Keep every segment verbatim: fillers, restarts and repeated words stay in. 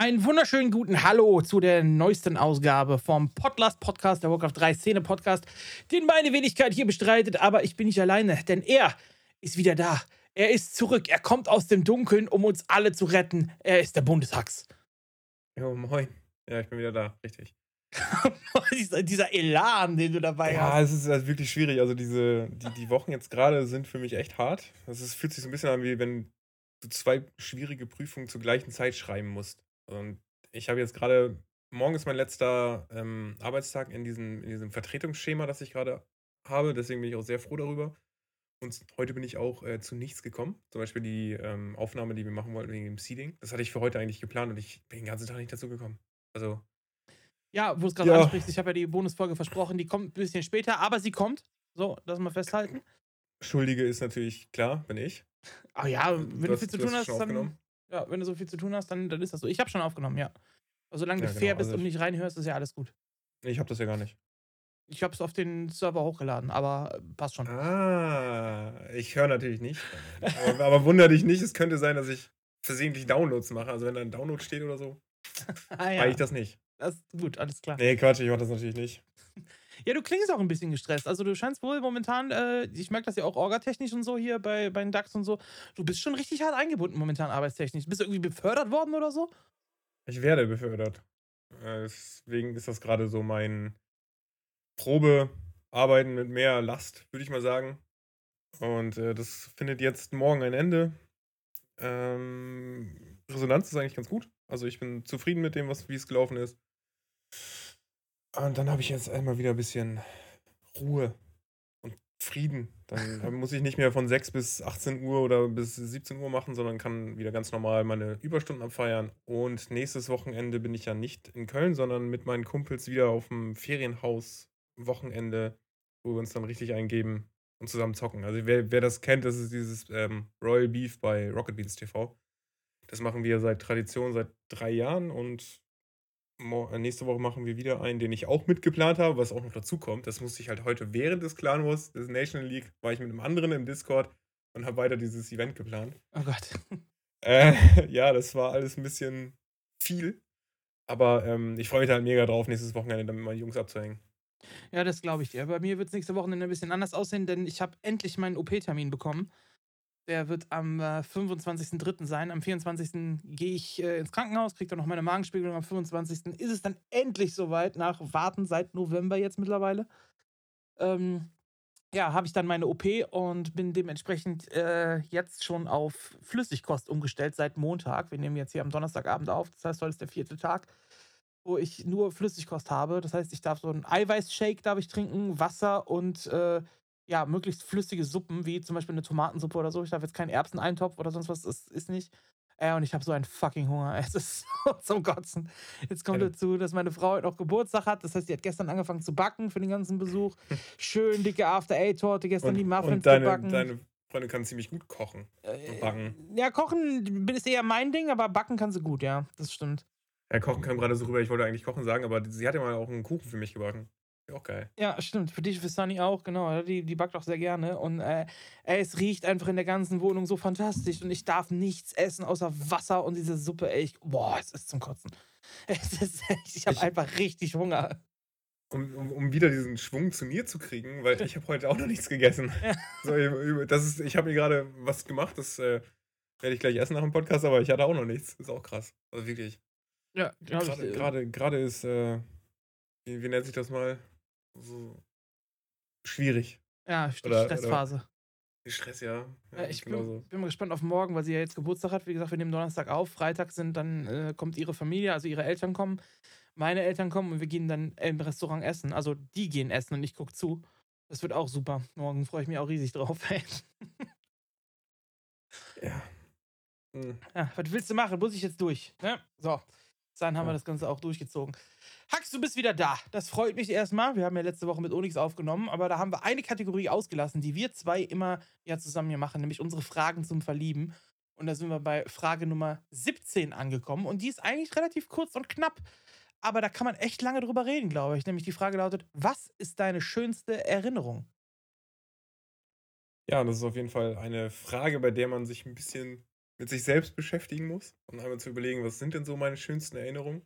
Einen wunderschönen guten Hallo zu der neuesten Ausgabe vom Podlast Podcast, der Warcraft drei Szene Podcast, den meine Wenigkeit hier bestreitet, aber ich bin nicht alleine, denn er ist wieder da. Er ist zurück. Er kommt aus dem Dunkeln, um uns alle zu retten. Er ist der Bundeshax. Jo, moin. Ja, ich bin wieder da, richtig. dieser, dieser Elan, den du dabei Ja, hast. es ist halt wirklich schwierig. Also diese, die, die Wochen jetzt gerade sind für mich echt hart. Es ist, fühlt sich so ein bisschen an, wie wenn du zwei schwierige Prüfungen zur gleichen Zeit schreiben musst. Und ich habe jetzt gerade, morgen ist mein letzter ähm, Arbeitstag in diesem, in diesem Vertretungsschema, das ich gerade habe. Deswegen bin ich auch sehr froh darüber. Und heute bin ich auch äh, zu nichts gekommen. Zum Beispiel die ähm, Aufnahme, die wir machen wollten wegen dem Seeding. Das hatte ich für heute eigentlich geplant und ich bin den ganzen Tag nicht dazu gekommen. Also, Ja, wo du es gerade ja, ansprichst, ich habe ja die Bonusfolge versprochen, die kommt ein bisschen später, aber sie kommt. So, lass mal festhalten. Schuldige ist natürlich klar, bin ich. Aber ja, Äh, wenn Du du viel hast, zu du tun hast hast, schon dann. aufgenommen? Ja, wenn du so viel zu tun hast, dann, dann ist das so. Ich habe schon aufgenommen, ja. Also, solange du Ja, genau. fair bist Also und ich, nicht reinhörst, ist ja alles gut. ich habe das ja gar nicht. Ich habe es auf den Server hochgeladen, aber äh, passt schon. Ah, ich höre natürlich nicht rein. Aber, aber wundere dich nicht, es könnte sein, dass ich versehentlich Downloads mache. Also wenn da ein Download steht oder so, Ah mache ich ja, das nicht. das ist gut, alles klar. Nee, Quatsch, ich mache das natürlich nicht. Ja, du klingst auch ein bisschen gestresst. Also, du scheinst wohl momentan, äh, ich merke das ja auch orgatechnisch und so hier bei, bei den D A X und so. Du bist schon richtig hart eingebunden momentan arbeitstechnisch. Bist du irgendwie befördert worden oder so? Ich werde befördert. Äh, Deswegen ist das gerade so mein Probearbeiten mit mehr Last, würde ich mal sagen. Und äh, das findet jetzt morgen ein Ende. Ähm, Resonanz ist eigentlich ganz gut. Also ich bin zufrieden mit dem, was wie es gelaufen ist. Und dann habe ich jetzt einmal wieder ein bisschen Ruhe und Frieden. Dann dann muss ich nicht mehr von sechs bis achtzehn Uhr oder bis siebzehn Uhr machen, sondern kann wieder ganz normal meine Überstunden abfeiern. Und nächstes Wochenende bin ich ja nicht in Köln, sondern mit meinen Kumpels wieder auf dem Ferienhaus-Wochenende, wo wir uns dann richtig eingeben und zusammen zocken. Also wer, wer das kennt, das ist dieses ähm, Royal Beef bei Rocket Beans T V. Das machen wir seit Tradition seit drei Jahren und Mo äh, nächste Woche machen wir wieder einen, den ich auch mitgeplant habe, was auch noch dazu kommt. Das musste ich halt heute während des Clan Wars des National League war ich mit einem anderen im Discord und habe weiter dieses Event geplant. Oh Gott. Äh, ja, das war alles ein bisschen viel, aber, ähm, ich freue mich da halt mega drauf, nächstes Wochenende dann mit meinen Jungs abzuhängen. Ja, das glaube ich dir. Bei mir wird es nächste Wochenende ein bisschen anders aussehen, denn ich habe endlich meinen O P-Termin bekommen. Der wird am äh, fünfundzwanzigsten dritten sein. Am vierundzwanzigsten gehe ich äh, ins Krankenhaus, kriege dann noch meine Magenspiegelung. Am fünfundzwanzigsten ist es dann endlich soweit, nach Warten seit November jetzt mittlerweile. Ähm, ja, habe ich dann meine O P und bin dementsprechend äh, jetzt schon auf Flüssigkost umgestellt seit Montag. Wir nehmen jetzt hier am Donnerstagabend auf. Das heißt, heute ist der vierte Tag, wo ich nur Flüssigkost habe. Das heißt, ich darf so einen Eiweißshake darf ich trinken, Wasser und äh, ja, möglichst flüssige Suppen, wie zum Beispiel eine Tomatensuppe oder so. Ich darf jetzt keinen Erbseneintopf oder sonst was, das ist nicht. Äh, und ich habe so einen fucking Hunger. Es ist so zum Kotzen. Jetzt Ja, kommt du dazu, dass meine Frau heute noch Geburtstag hat. Das heißt, die hat gestern angefangen zu backen für den ganzen Besuch. Schön dicke After-Eight-Torte, gestern und die und Muffins deine gebacken. deine Freundin kann ziemlich gut kochen und Äh, backen. ja, kochen ist eher mein Ding, aber backen kann sie gut, ja, das stimmt. Ja, kochen kam grade so rüber, ich wollte eigentlich kochen sagen, aber sie hat ja mal auch einen Kuchen für mich gebacken. Ja, auch geil. Ja, stimmt. Für dich, für Sunny auch, genau. Ja, Die, die backt auch sehr gerne. Und äh, ey, es riecht einfach in der ganzen Wohnung so fantastisch. Und ich darf nichts essen außer Wasser und diese Suppe. Ey, ich, boah, es ist zum Kotzen. Es ist echt, ich habe Ich einfach richtig Hunger. Um um um wieder diesen Schwung zu mir zu kriegen, weil ich habe heute auch noch nichts gegessen. Ja, So, üb das ist ich habe mir gerade was gemacht, das, äh, werde ich gleich essen nach dem Podcast, aber ich hatte auch noch nichts. Ist auch krass. Also wirklich. ja glaube ich. Gerade Äh, gerade gerade ist, äh, wie wie nennt sich das mal? So schwierig ja, St- oder oder Stressphase. Stress, ja. Ja, Ja, ich genau bin, so. bin mal gespannt auf morgen, weil sie ja jetzt Geburtstag hat. Wie gesagt, wir nehmen Donnerstag auf. Freitag sind dann, äh, kommt ihre Familie, also ihre Eltern kommen. Meine Eltern kommen und wir gehen dann im Restaurant essen. Also die gehen essen und ich gucke zu. Das wird auch super. Morgen freue ich mich auch riesig drauf. Ja. Mhm. Ja, was willst du machen? Muss ich jetzt durch. Ne? So, dann haben wir Ja. das Ganze auch durchgezogen. Hax, du bist wieder da. Das freut mich erstmal. Wir haben ja letzte Woche mit Onyx aufgenommen, aber da haben wir eine Kategorie ausgelassen, die wir zwei immer ja zusammen hier machen, nämlich unsere Fragen zum Verlieben. Und da sind wir bei Frage Nummer siebzehn angekommen. Und die ist eigentlich relativ kurz und knapp. Aber da kann man echt lange drüber reden, glaube ich. Nämlich die Frage lautet: Was ist deine schönste Erinnerung? Ja, das ist auf jeden Fall eine Frage, bei der man sich ein bisschen mit sich selbst beschäftigen muss und einmal zu überlegen, was sind denn so meine schönsten Erinnerungen.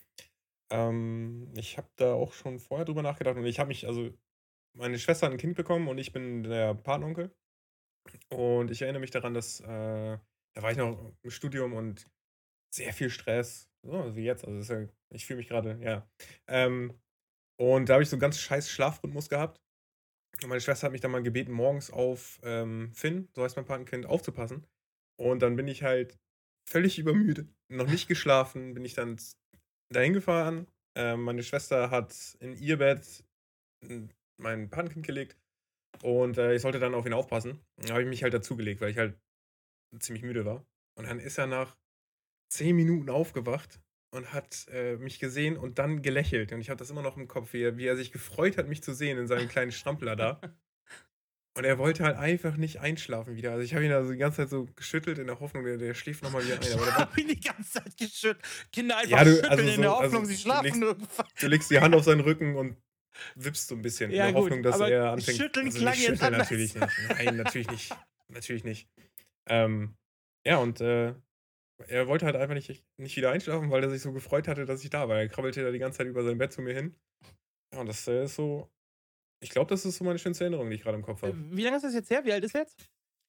Ähm, ich habe da auch schon vorher drüber nachgedacht und ich habe mich also meine Schwester hat 'n Kind bekommen und ich bin der Patenonkel. Und ich erinnere mich daran, dass, äh da war ich noch im Studium und sehr viel Stress, so wie jetzt. Also, ist ja ich fühle mich gerade ja. Ähm, und da habe ich so 'n ganz scheiß Schlafrhythmus gehabt. Und meine Schwester hat mich dann mal gebeten, morgens auf, ähm, Finn, so heißt mein Patenkind, aufzupassen. Und dann bin ich halt völlig übermüdet, noch nicht geschlafen, bin ich dann z dahin gefahren. Ähm, meine Schwester hat in ihr Bett, hm, mein Patenkind gelegt und, äh, ich sollte dann auf ihn aufpassen. Dann habe ich mich halt dazugelegt, weil ich halt ziemlich müde war. Und dann ist er nach zehn Minuten aufgewacht und hat, äh, mich gesehen und dann gelächelt. Und ich habe das immer noch im Kopf, wie er wie er sich gefreut hat, mich zu sehen in seinem kleinen Strampler da. Und er wollte halt einfach nicht einschlafen wieder. Also, ich habe ihn da so die ganze Zeit so geschüttelt in der Hoffnung, der der schläft noch mal wieder ein. Ich Aber der war habe ihn die ganze Zeit geschüttelt. Kinder einfach ja, du schütteln also in der so also Hoffnung, sie du schlafen legst irgendwann. du legst die Hand auf seinen Rücken und wippst so 'n bisschen in Ja der gut, Hoffnung, dass aber er anfängt schütteln also klang nicht jetzt schütteln anders. natürlich nicht. Nein, natürlich nicht. Natürlich nicht. Ähm, ja, und, äh, er wollte halt einfach nicht nicht wieder einschlafen, weil er sich so gefreut hatte, dass ich da war. Er krabbelte da die ganze Zeit über sein Bett zu mir hin. Ja, und das, äh, ist so ich glaube, das ist so meine schönste Erinnerung, die ich grade im Kopf Äh, habe. wie lange ist das jetzt her? Wie alt ist er jetzt?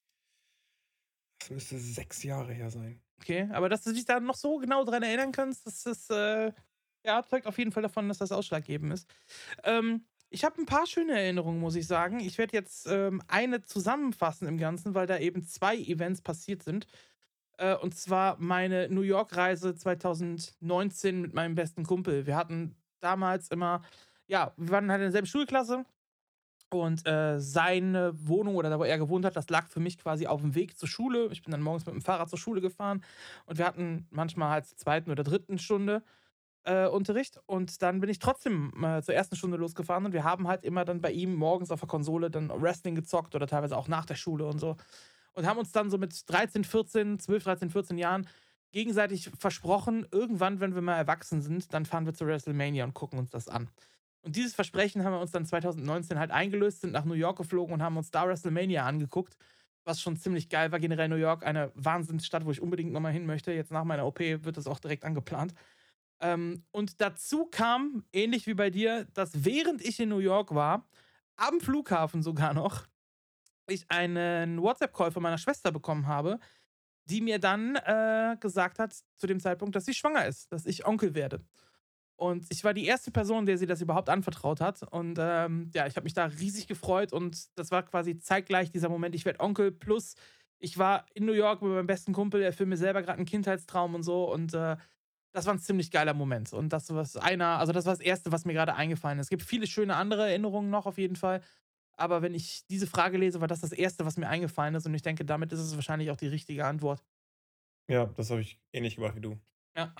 Das müsste sechs Jahre her sein. Okay, aber dass du dich da noch so genau dran erinnern kannst, das ist, äh ja, zeugt auf jeden Fall davon, dass das ausschlaggebend ist. Ähm, ich habe 'n paar schöne Erinnerungen, muss ich sagen. Ich werde jetzt, ähm, eine zusammenfassen im Ganzen, weil da eben zwei Events passiert sind. Äh, und zwar meine New-York-Reise zweitausendneunzehn mit meinem besten Kumpel. Wir hatten damals immer ja, wir waren halt in derselben Schulklasse und, äh, seine Wohnung oder da, wo er gewohnt hat, das lag für mich quasi aufm Weg zur Schule. Ich bin dann morgens mit'm Fahrrad zur Schule gefahren und wir hatten manchmal halt zur zweiten oder dritten Stunde, äh, Unterricht. Und dann bin ich trotzdem, äh, zur ersten Stunde losgefahren und wir haben halt immer dann bei ihm morgens auf der Konsole dann Wrestling gezockt oder teilweise auch nach der Schule und so. Und haben uns dann so mit dreizehn, vierzehn, zwölf, dreizehn, vierzehn Jahren gegenseitig versprochen: „Irgendwann, wenn wir mal erwachsen sind, dann fahren wir zu WrestleMania und gucken uns das an.“ Und dieses Versprechen haben wir uns dann zweitausendneunzehn halt eingelöst, sind nach New York geflogen und haben uns da WrestleMania angeguckt, was schon ziemlich geil war. Generell New York, eine Wahnsinnsstadt, wo ich unbedingt noch mal hin möchte. Jetzt nach meiner O P wird das auch direkt angeplant. Ähm, und dazu kam, ähnlich wie bei dir, dass während ich in New York war, am Flughafen sogar noch, ich einen WhatsApp-Call von meiner Schwester bekommen habe, die mir dann, äh, gesagt hat zu dem Zeitpunkt, dass sie schwanger ist, dass ich Onkel werde. Und ich war die erste Person, der sie das überhaupt anvertraut hat. Und, ähm, ja, ich habe mich da riesig gefreut und das war quasi zeitgleich dieser Moment, ich werde Onkel plus ich war in New York mit meinem besten Kumpel, erfülle mir selber grad 'n Kindheitstraum und so und, äh, das war 'n ziemlich geiler Moment. Und das was einer also, das war das Erste, was mir grade eingefallen ist. Es gibt viele schöne andere Erinnerungen noch auf jeden Fall, aber wenn ich diese Frage lese, war das das Erste, was mir eingefallen ist und ich denke, damit ist es wahrscheinlich auch die richtige Antwort. Ja, das habe ich ähnlich gemacht wie du. Ja.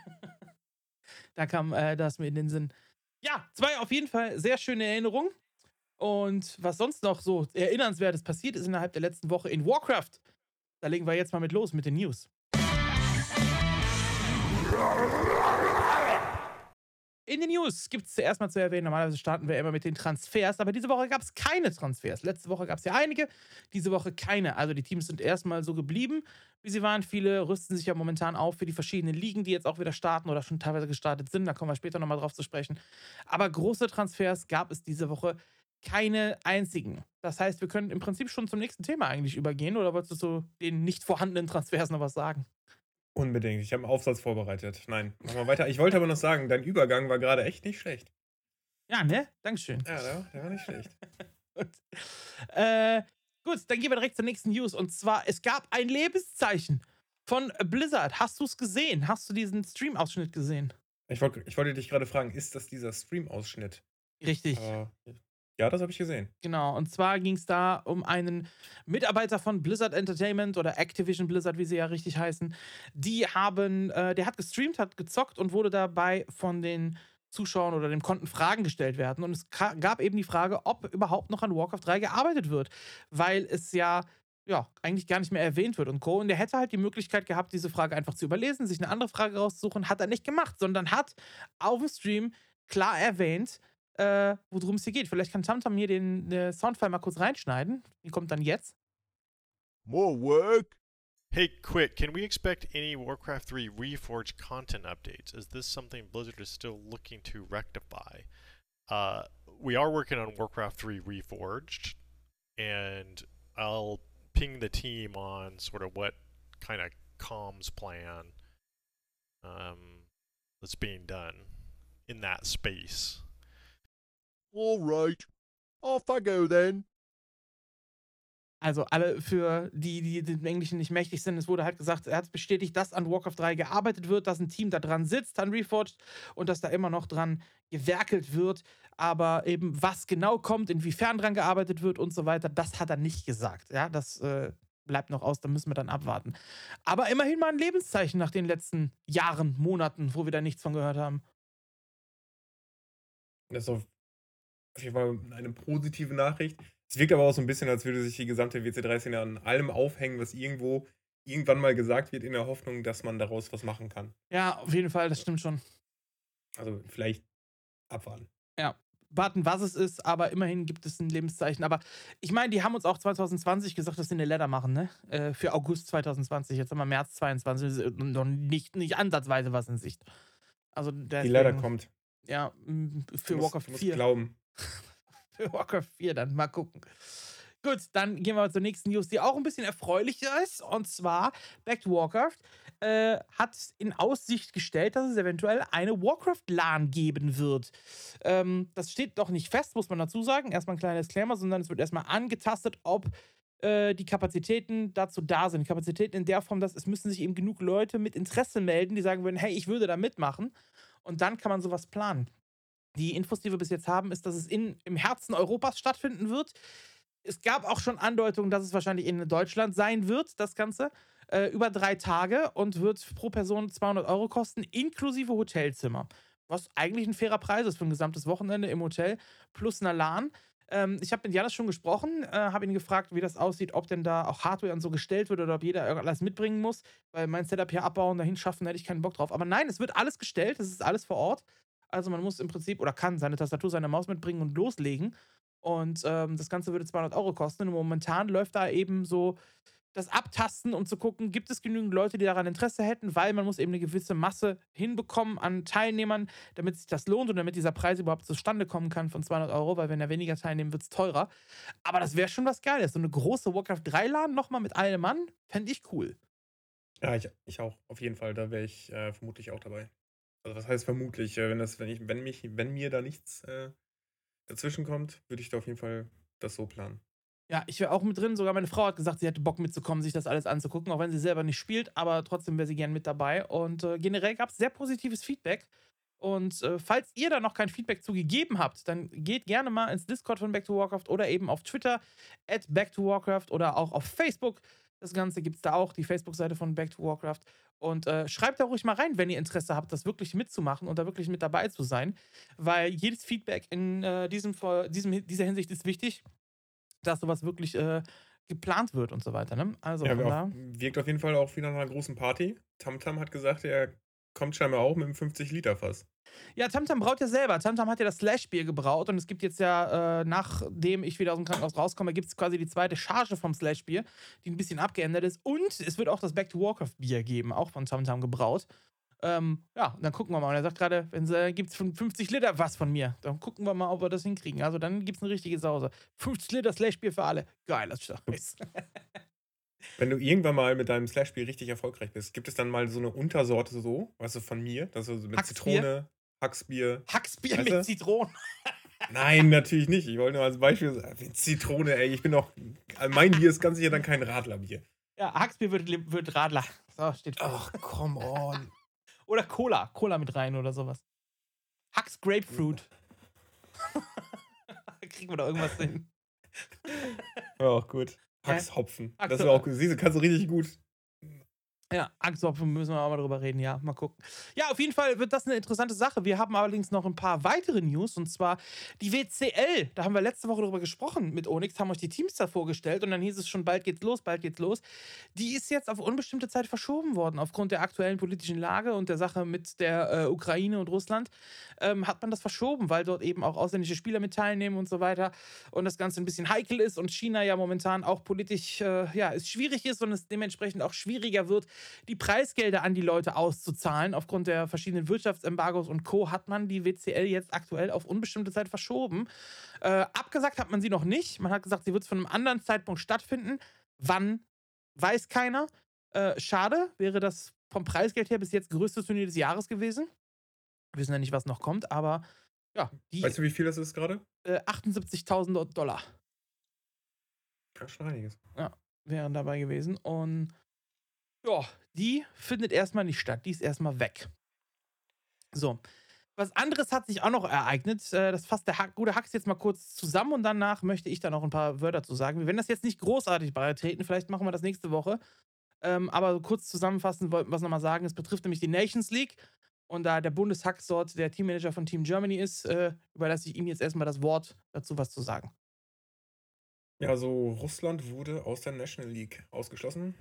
Da kam, äh, das mir in den Sinn. Ja, zwei auf jeden Fall sehr schöne Erinnerungen. Und was sonst noch so Erinnernswertes passiert ist innerhalb der letzten Woche in Warcraft, da legen wir jetzt mal mit los mit den News. In den News gibt's zuerst mal zu erwähnen, normalerweise starten wir immer mit den Transfers, aber diese Woche gab's keine Transfers. Letzte Woche gab's ja einige, diese Woche keine. Also, die Teams sind erst mal so geblieben, wie sie waren. Viele rüsten sich ja momentan auf für die verschiedenen Ligen, die jetzt auch wieder starten oder schon teilweise gestartet sind. Da kommen wir später noch mal drauf zu sprechen. Aber große Transfers gab es diese Woche keine einzigen. Das heißt, wir können im Prinzip schon zum nächsten Thema eigentlich übergehen oder wolltest du zu den nicht vorhandenen Transfers noch was sagen? Unbedingt. Ich habe 'n Aufsatz vorbereitet. Nein, mach mal weiter. Ich wollte aber noch sagen, dein Übergang war grade echt nicht schlecht. Ja, ne? Dankeschön. Ja, der war der war nicht schlecht. Gut. Äh, gut, dann gehen wir direkt zur nächsten News. Und zwar, es gab ein Lebenszeichen von Blizzard. Hast du's gesehen? Hast du diesen Streamausschnitt gesehen? Ich wollte ich wollte dich grade fragen, ist das dieser Streamausschnitt? Richtig. Äh, ja, das habe ich gesehen. Genau, und zwar ging's da um einen Mitarbeiter von Blizzard Entertainment oder Activision Blizzard, wie sie ja richtig heißen. Die haben äh, der hat gestreamt, hat gezockt und wurde dabei von den Zuschauern oder dem konnten Fragen gestellt werden. Und es ka gab eben die Frage, ob überhaupt noch an Warcraft drei gearbeitet wird, weil es ja ja, eigentlich gar nicht mehr erwähnt wird und Co. Und der hätte halt die Möglichkeit gehabt, diese Frage einfach zu überlesen, sich 'ne andere Frage rauszusuchen, hat er nicht gemacht, sondern hat aufm Stream klar erwähnt, äh, wodrum es hier geht. Vielleicht kann Tamtam mir den, äh, Soundfile mal kurz reinschneiden. Die kommt dann jetzt. More work? Hey, quick, can we expect any Warcraft three Reforged content updates? Is this something Blizzard is still looking to rectify? Uh, we are working on Warcraft three Reforged, and I'll ping the team on sort of what kind of comms plan um, that's being done in that space. All right. Off I go then. Also alle für die, die dem Englischen nicht mächtig sind, es wurde halt gesagt, er hat bestätigt, dass an Warcraft drei gearbeitet wird, dass ein Team da dran sitzt, an Reforged, und dass da immer noch dran gewerkelt wird. Aber eben, was genau kommt, inwiefern dran gearbeitet wird und so weiter, das hat er nicht gesagt. Ja, das äh, bleibt noch aus, da müssen wir dann abwarten. Aber immerhin mal ein Lebenszeichen nach den letzten Jahren, Monaten, wo wir da nichts von gehört haben. Das ist auf jeden Fall eine positive Nachricht. Es wirkt aber auch so ein bisschen, als würde sich die gesamte W C drei-Szene an allem aufhängen, was irgendwo irgendwann mal gesagt wird, in der Hoffnung, dass man daraus was machen kann. Ja, auf jeden Fall, das stimmt schon. Also vielleicht abwarten. Ja, warten, was es ist, aber immerhin gibt es ein Lebenszeichen. Aber ich meine, die haben uns auch zwanzig zwanzig gesagt, dass sie eine Letter machen, ne? Äh, für August zwanzig zwanzig. Jetzt haben wir März zweiundzwanzig, ist noch nicht, nicht ansatzweise was in Sicht. Also deswegen, Die Letter kommt. Ja, m, für Du musst, Warcraft du musst vier. glauben. Für Warcraft vier dann, mal gucken. Gut, dann gehen wir mal zur nächsten News, die auch ein bisschen erfreulicher ist. Und zwar, Back to Warcraft äh, hat in Aussicht gestellt, dass es eventuell eine Warcraft-LAN geben wird. Ähm, das steht noch nicht fest, muss man dazu sagen. Erstmal ein kleiner Disclaimer, sondern es wird erstmal angetastet, ob äh, die Kapazitäten dazu da sind. Die Kapazitäten in der Form, dass es müssen sich eben genug Leute mit Interesse melden, die sagen würden, hey, ich würde da mitmachen. Und dann kann man sowas planen. Die Infos, die wir bis jetzt haben, ist, dass es in, im Herzen Europas stattfinden wird. Es gab auch schon Andeutungen, dass es wahrscheinlich in Deutschland sein wird, das Ganze. Äh, über drei Tage und wird pro Person zweihundert Euro kosten, inklusive Hotelzimmer. Was eigentlich ein fairer Preis ist für ein gesamtes Wochenende im Hotel plus einer LAN. Ähm, ich habe mit Janis schon gesprochen, äh, habe ihn gefragt, wie das aussieht, ob denn da auch Hardware und so gestellt wird oder ob jeder alles mitbringen muss. Weil mein Setup hier abbauen, dahin schaffen, da hätte ich keinen Bock drauf. Aber nein, es wird alles gestellt, es ist alles vor Ort. Also man muss im Prinzip oder kann seine Tastatur, seine Maus mitbringen und loslegen. Und ähm, das Ganze würde zweihundert Euro kosten. Und momentan läuft da eben so das Abtasten, um zu gucken, gibt es genügend Leute, die daran Interesse hätten, weil man muss eben eine gewisse Masse hinbekommen an Teilnehmern, damit sich das lohnt und damit dieser Preis überhaupt zustande kommen kann von zweihundert Euro, weil wenn da weniger teilnehmen, wird es teurer. Aber das wäre schon was Geiles. So eine große Warcraft drei LAN nochmal mit einem Mann, fände ich cool. Ja, ich, ich auch. Auf jeden Fall. Da wäre ich äh, vermutlich auch dabei. Also was heißt vermutlich? Äh, wenn, das, wenn, ich, wenn, mich, wenn mir da nichts äh, dazwischen kommt, würde ich da auf jeden Fall das so planen. Ja, ich wäre auch mit drin. Sogar meine Frau hat gesagt, sie hätte Bock mitzukommen, sich das alles anzugucken, auch wenn sie selber nicht spielt, aber trotzdem wäre sie gern mit dabei. Und äh, generell gab es sehr positives Feedback. Und äh, falls ihr da noch kein Feedback zu gegeben habt, dann geht gerne mal ins Discord von Back to Warcraft oder eben auf Twitter at Back to Warcraft oder auch auf Facebook. Das Ganze gibt es da auch, die Facebook-Seite von Back to Warcraft. Und äh, schreibt da ruhig mal rein, wenn ihr Interesse habt, das wirklich mitzumachen und da wirklich mit dabei zu sein. Weil jedes Feedback in äh, diesem, diesem, dieser Hinsicht ist wichtig, dass sowas wirklich äh, geplant wird und so weiter. Ne? Also Ja, von auf, da. wirkt auf jeden Fall auch wieder nach einer großen Party. Tamtam hat gesagt, er kommt scheinbar auch mit einem fünfzig Liter Fass. Ja, Tamtam braut ja selber. Tamtam hat ja das Slash-Bier gebraut und es gibt jetzt ja, äh, nachdem ich wieder aus dem Krankenhaus rauskomme, gibt es quasi die zweite Charge vom Slash-Bier, die ein bisschen abgeändert ist. Und es wird auch das Back to Warcraft-Bier geben, auch von Tamtam gebraut. Ähm, ja, und dann gucken wir mal. Und er sagt gerade, wenn es gibt fünfzig Liter was von mir. Dann gucken wir mal, ob wir das hinkriegen. Also dann gibt es eine richtige Sause. fünfzig Liter Slash-Bier für alle. Geil, das ist Wenn du irgendwann mal mit deinem Slash-Bier richtig erfolgreich bist, gibt es dann mal so eine Untersorte so, weißt du, von mir, das ist so mit Hacksbier? Zitrone, Hacksbier. Hacksbier Weißt mit du? Zitronen. Nein, natürlich nicht. Ich wollte nur als Beispiel sagen, Zitrone, ey, ich bin doch, mein Bier ist ganz sicher dann kein Radlerbier. Ja, Hacksbier wird, wird Radler. So, steht fest. Ach, come on. Oder Cola. Cola mit rein oder sowas. Hacks Grapefruit. Kriegen wir da irgendwas hin. Ja, auch gut. Hacks Hopfen. Hacks- Das wäre auch gut. Siehst du, kannst du richtig gut. Ja, Angstopfer müssen wir auch mal drüber reden, ja, mal gucken. Ja, auf jeden Fall wird das eine interessante Sache. Wir haben allerdings noch ein paar weitere News, und zwar die W C L. Da haben wir letzte Woche drüber gesprochen mit Onyx, haben euch die Teams da vorgestellt und dann hieß es schon, bald geht's los, bald geht's los. Die ist jetzt auf unbestimmte Zeit verschoben worden. Aufgrund der aktuellen politischen Lage und der Sache mit der äh, Ukraine und Russland ähm, hat man das verschoben, weil dort eben auch ausländische Spieler mit teilnehmen und so weiter und das Ganze ein bisschen heikel ist und China ja momentan auch politisch, äh, ja, es schwierig ist und es dementsprechend auch schwieriger wird, die Preisgelder an die Leute auszuzahlen. Aufgrund der verschiedenen Wirtschaftsembargos und Co. hat man die W C L jetzt aktuell auf unbestimmte Zeit verschoben. Äh, abgesagt hat man sie noch nicht. Man hat gesagt, sie wird von einem anderen Zeitpunkt stattfinden. Wann, weiß keiner. Äh, schade, wäre das vom Preisgeld her bis jetzt größte Turnier des Jahres gewesen. Wir wissen ja nicht, was noch kommt, aber ja, die Weißt du, wie viel das ist gerade? äh, achtundsiebzigtausend Dollar Ja, schon einiges. wären dabei gewesen. Und ja, die findet erstmal nicht statt. Die ist erstmal weg. So. Was anderes hat sich auch noch ereignet. Äh, Das fasst der Hack, gute Hacks jetzt mal kurz zusammen und danach möchte ich da noch ein paar Wörter zu sagen. Wir werden das jetzt nicht großartig beitreten. Vielleicht machen wir das nächste Woche. Ähm, aber so kurz zusammenfassend wollten wir es nochmal sagen. Es betrifft nämlich die Nations League. Und da der Bundeshack dort der Teammanager von Team Germany ist, äh, überlasse ich ihm jetzt erstmal das Wort, dazu was zu sagen. Ja, also Russland wurde aus der National League ausgeschlossen.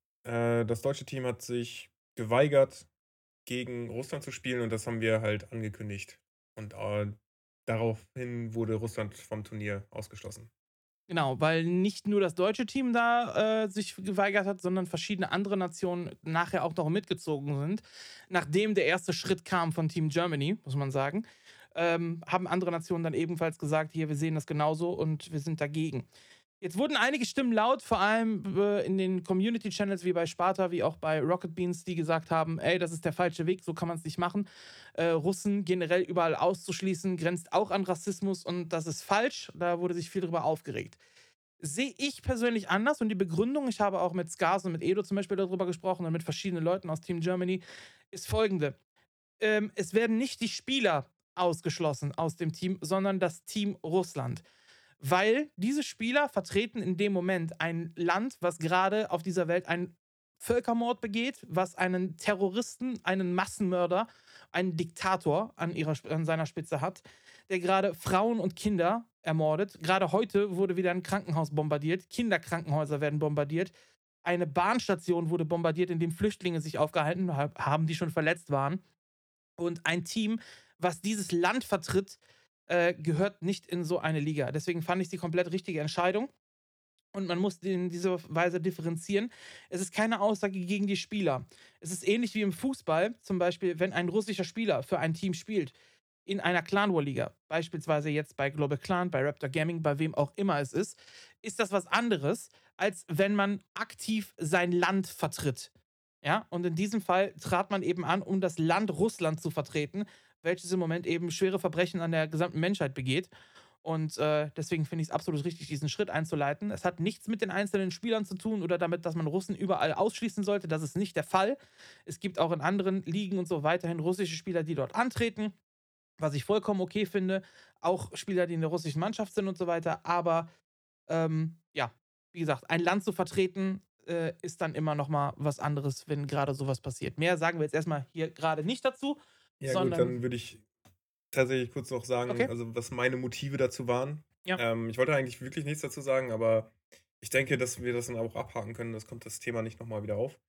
Äh, das deutsche Team hat sich geweigert, gegen Russland zu spielen und das haben wir halt angekündigt. Und äh, daraufhin wurde Russland vom Turnier ausgeschlossen. Genau, weil nicht nur das deutsche Team da äh, sich geweigert hat, sondern verschiedene andere Nationen nachher auch noch mitgezogen sind. Nachdem der erste Schritt kam von Team Germany, muss man sagen, ähm, haben andere Nationen dann ebenfalls gesagt, hier, wir sehen das genauso und wir sind dagegen. Jetzt wurden einige Stimmen laut, vor allem äh, in den Community-Channels wie bei Sparta, wie auch bei Rocket Beans, die gesagt haben, ey, das ist der falsche Weg, so kann man es nicht machen. Äh, Russen generell überall auszuschließen, grenzt auch an Rassismus und das ist falsch. Da wurde sich viel drüber aufgeregt. Sehe ich persönlich anders und die Begründung, ich habe auch mit Skars und mit Edo zum Beispiel darüber gesprochen und mit verschiedenen Leuten aus Team Germany, ist folgende. Ähm, es werden nicht die Spieler ausgeschlossen aus dem Team, sondern das Team Russland. Weil diese Spieler vertreten in dem Moment ein Land, was gerade auf dieser Welt einen Völkermord begeht, was einen Terroristen, einen Massenmörder, einen Diktator an, ihrer, an seiner Spitze hat, der gerade Frauen und Kinder ermordet. Gerade heute wurde wieder ein Krankenhaus bombardiert, Kinderkrankenhäuser werden bombardiert, eine Bahnstation wurde bombardiert, in dem Flüchtlinge sich aufgehalten haben, die schon verletzt waren. Und ein Team, was dieses Land vertritt, äh, gehört nicht in so eine Liga. Deswegen fand ich die komplett richtige Entscheidung. Und man muss in dieser Weise differenzieren. Es ist keine Aussage gegen die Spieler. Es ist ähnlich wie im Fußball, zum Beispiel, wenn ein russischer Spieler für ein Team spielt, in einer Clan War Liga, beispielsweise jetzt bei Global Clan, bei Raptor Gaming, bei wem auch immer es ist, ist das was anderes, als wenn man aktiv sein Land vertritt. Ja, und in diesem Fall trat man eben an, um das Land Russland zu vertreten, welches im Moment eben schwere Verbrechen an der gesamten Menschheit begeht. Und äh, deswegen finde ich es absolut richtig, diesen Schritt einzuleiten. Es hat nichts mit den einzelnen Spielern zu tun oder damit, dass man Russen überall ausschließen sollte. Das ist nicht der Fall. Es gibt auch in anderen Ligen und so weiterhin russische Spieler, die dort antreten, was ich vollkommen okay finde. Auch Spieler, die in der russischen Mannschaft sind und so weiter. Aber ähm, ja, wie gesagt, ein Land zu vertreten, äh, ist dann immer noch mal was anderes, wenn gerade sowas passiert. Mehr sagen wir jetzt erstmal hier gerade nicht dazu. Ja, sondern, gut, dann würde ich tatsächlich kurz noch sagen, Okay. also was meine Motive dazu waren. Ja. Ähm, ich wollte eigentlich wirklich nichts dazu sagen, aber ich denke, dass wir das dann auch abhaken können. Das kommt das Thema nicht nochmal wieder auf.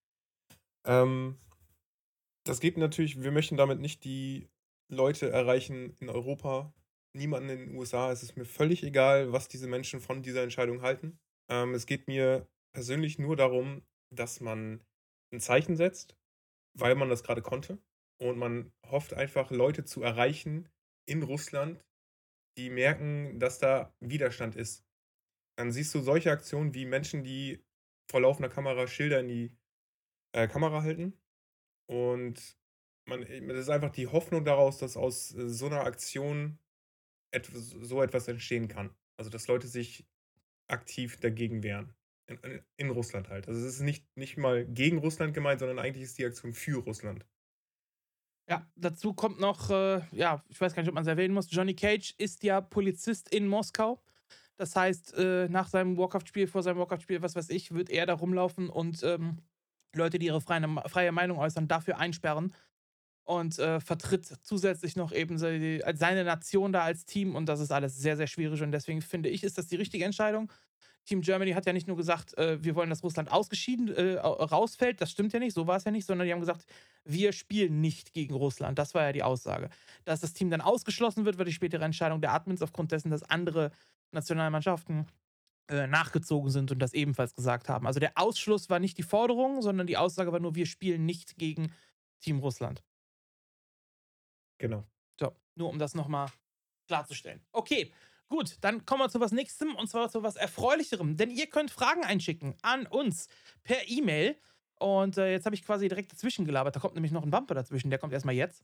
Ähm, das geht natürlich, wir möchten damit nicht die Leute erreichen in Europa, niemanden in den U S A. Es ist mir völlig egal, was diese Menschen von dieser Entscheidung halten. Ähm, es geht mir persönlich nur darum, dass man ein Zeichen setzt, weil man das gerade konnte. Und man hofft einfach, Leute zu erreichen in Russland, die merken, dass da Widerstand ist. Dann siehst du solche Aktionen wie Menschen, die vor laufender Kamera Schilder in die äh, Kamera halten. Und man, das ist einfach die Hoffnung daraus, dass aus äh, so einer Aktion etwas, so etwas entstehen kann. Also, dass Leute sich aktiv dagegen wehren. In, in, in Russland halt. Also, es ist nicht, nicht mal gegen Russland gemeint, sondern eigentlich ist die Aktion für Russland. Ja, dazu kommt noch, äh, ja, ich weiß gar nicht, ob man es erwähnen muss, Johnny Cage ist ja Polizist in Moskau. Das heißt, äh, nach seinem Warcraft-Spiel, vor seinem Warcraft-Spiel, was weiß ich, wird er da rumlaufen und ähm, Leute, die ihre freie, freie Meinung äußern, dafür einsperren und äh, vertritt zusätzlich noch eben se- seine Nation da als Team und das ist alles sehr, sehr schwierig und deswegen finde ich, ist das die richtige Entscheidung. Team Germany hat ja nicht nur gesagt, äh, wir wollen, dass Russland ausgeschieden äh, rausfällt, das stimmt ja nicht, so war es ja nicht, sondern die haben gesagt, wir spielen nicht gegen Russland. Das war ja die Aussage. Dass das Team dann ausgeschlossen wird, war die spätere Entscheidung der Admins aufgrund dessen, dass andere Nationalmannschaften äh, nachgezogen sind und das ebenfalls gesagt haben. Also der Ausschluss war nicht die Forderung, sondern die Aussage war nur, wir spielen nicht gegen Team Russland. Genau. So, nur um das nochmal klarzustellen. Okay, gut, dann kommen wir zu was Nächstem und zwar zu was Erfreulicherem. Denn ihr könnt Fragen einschicken an uns per E-Mail. Und äh, jetzt habe ich quasi direkt dazwischen gelabert. Da kommt nämlich noch ein Bumper dazwischen. Der kommt erstmal jetzt.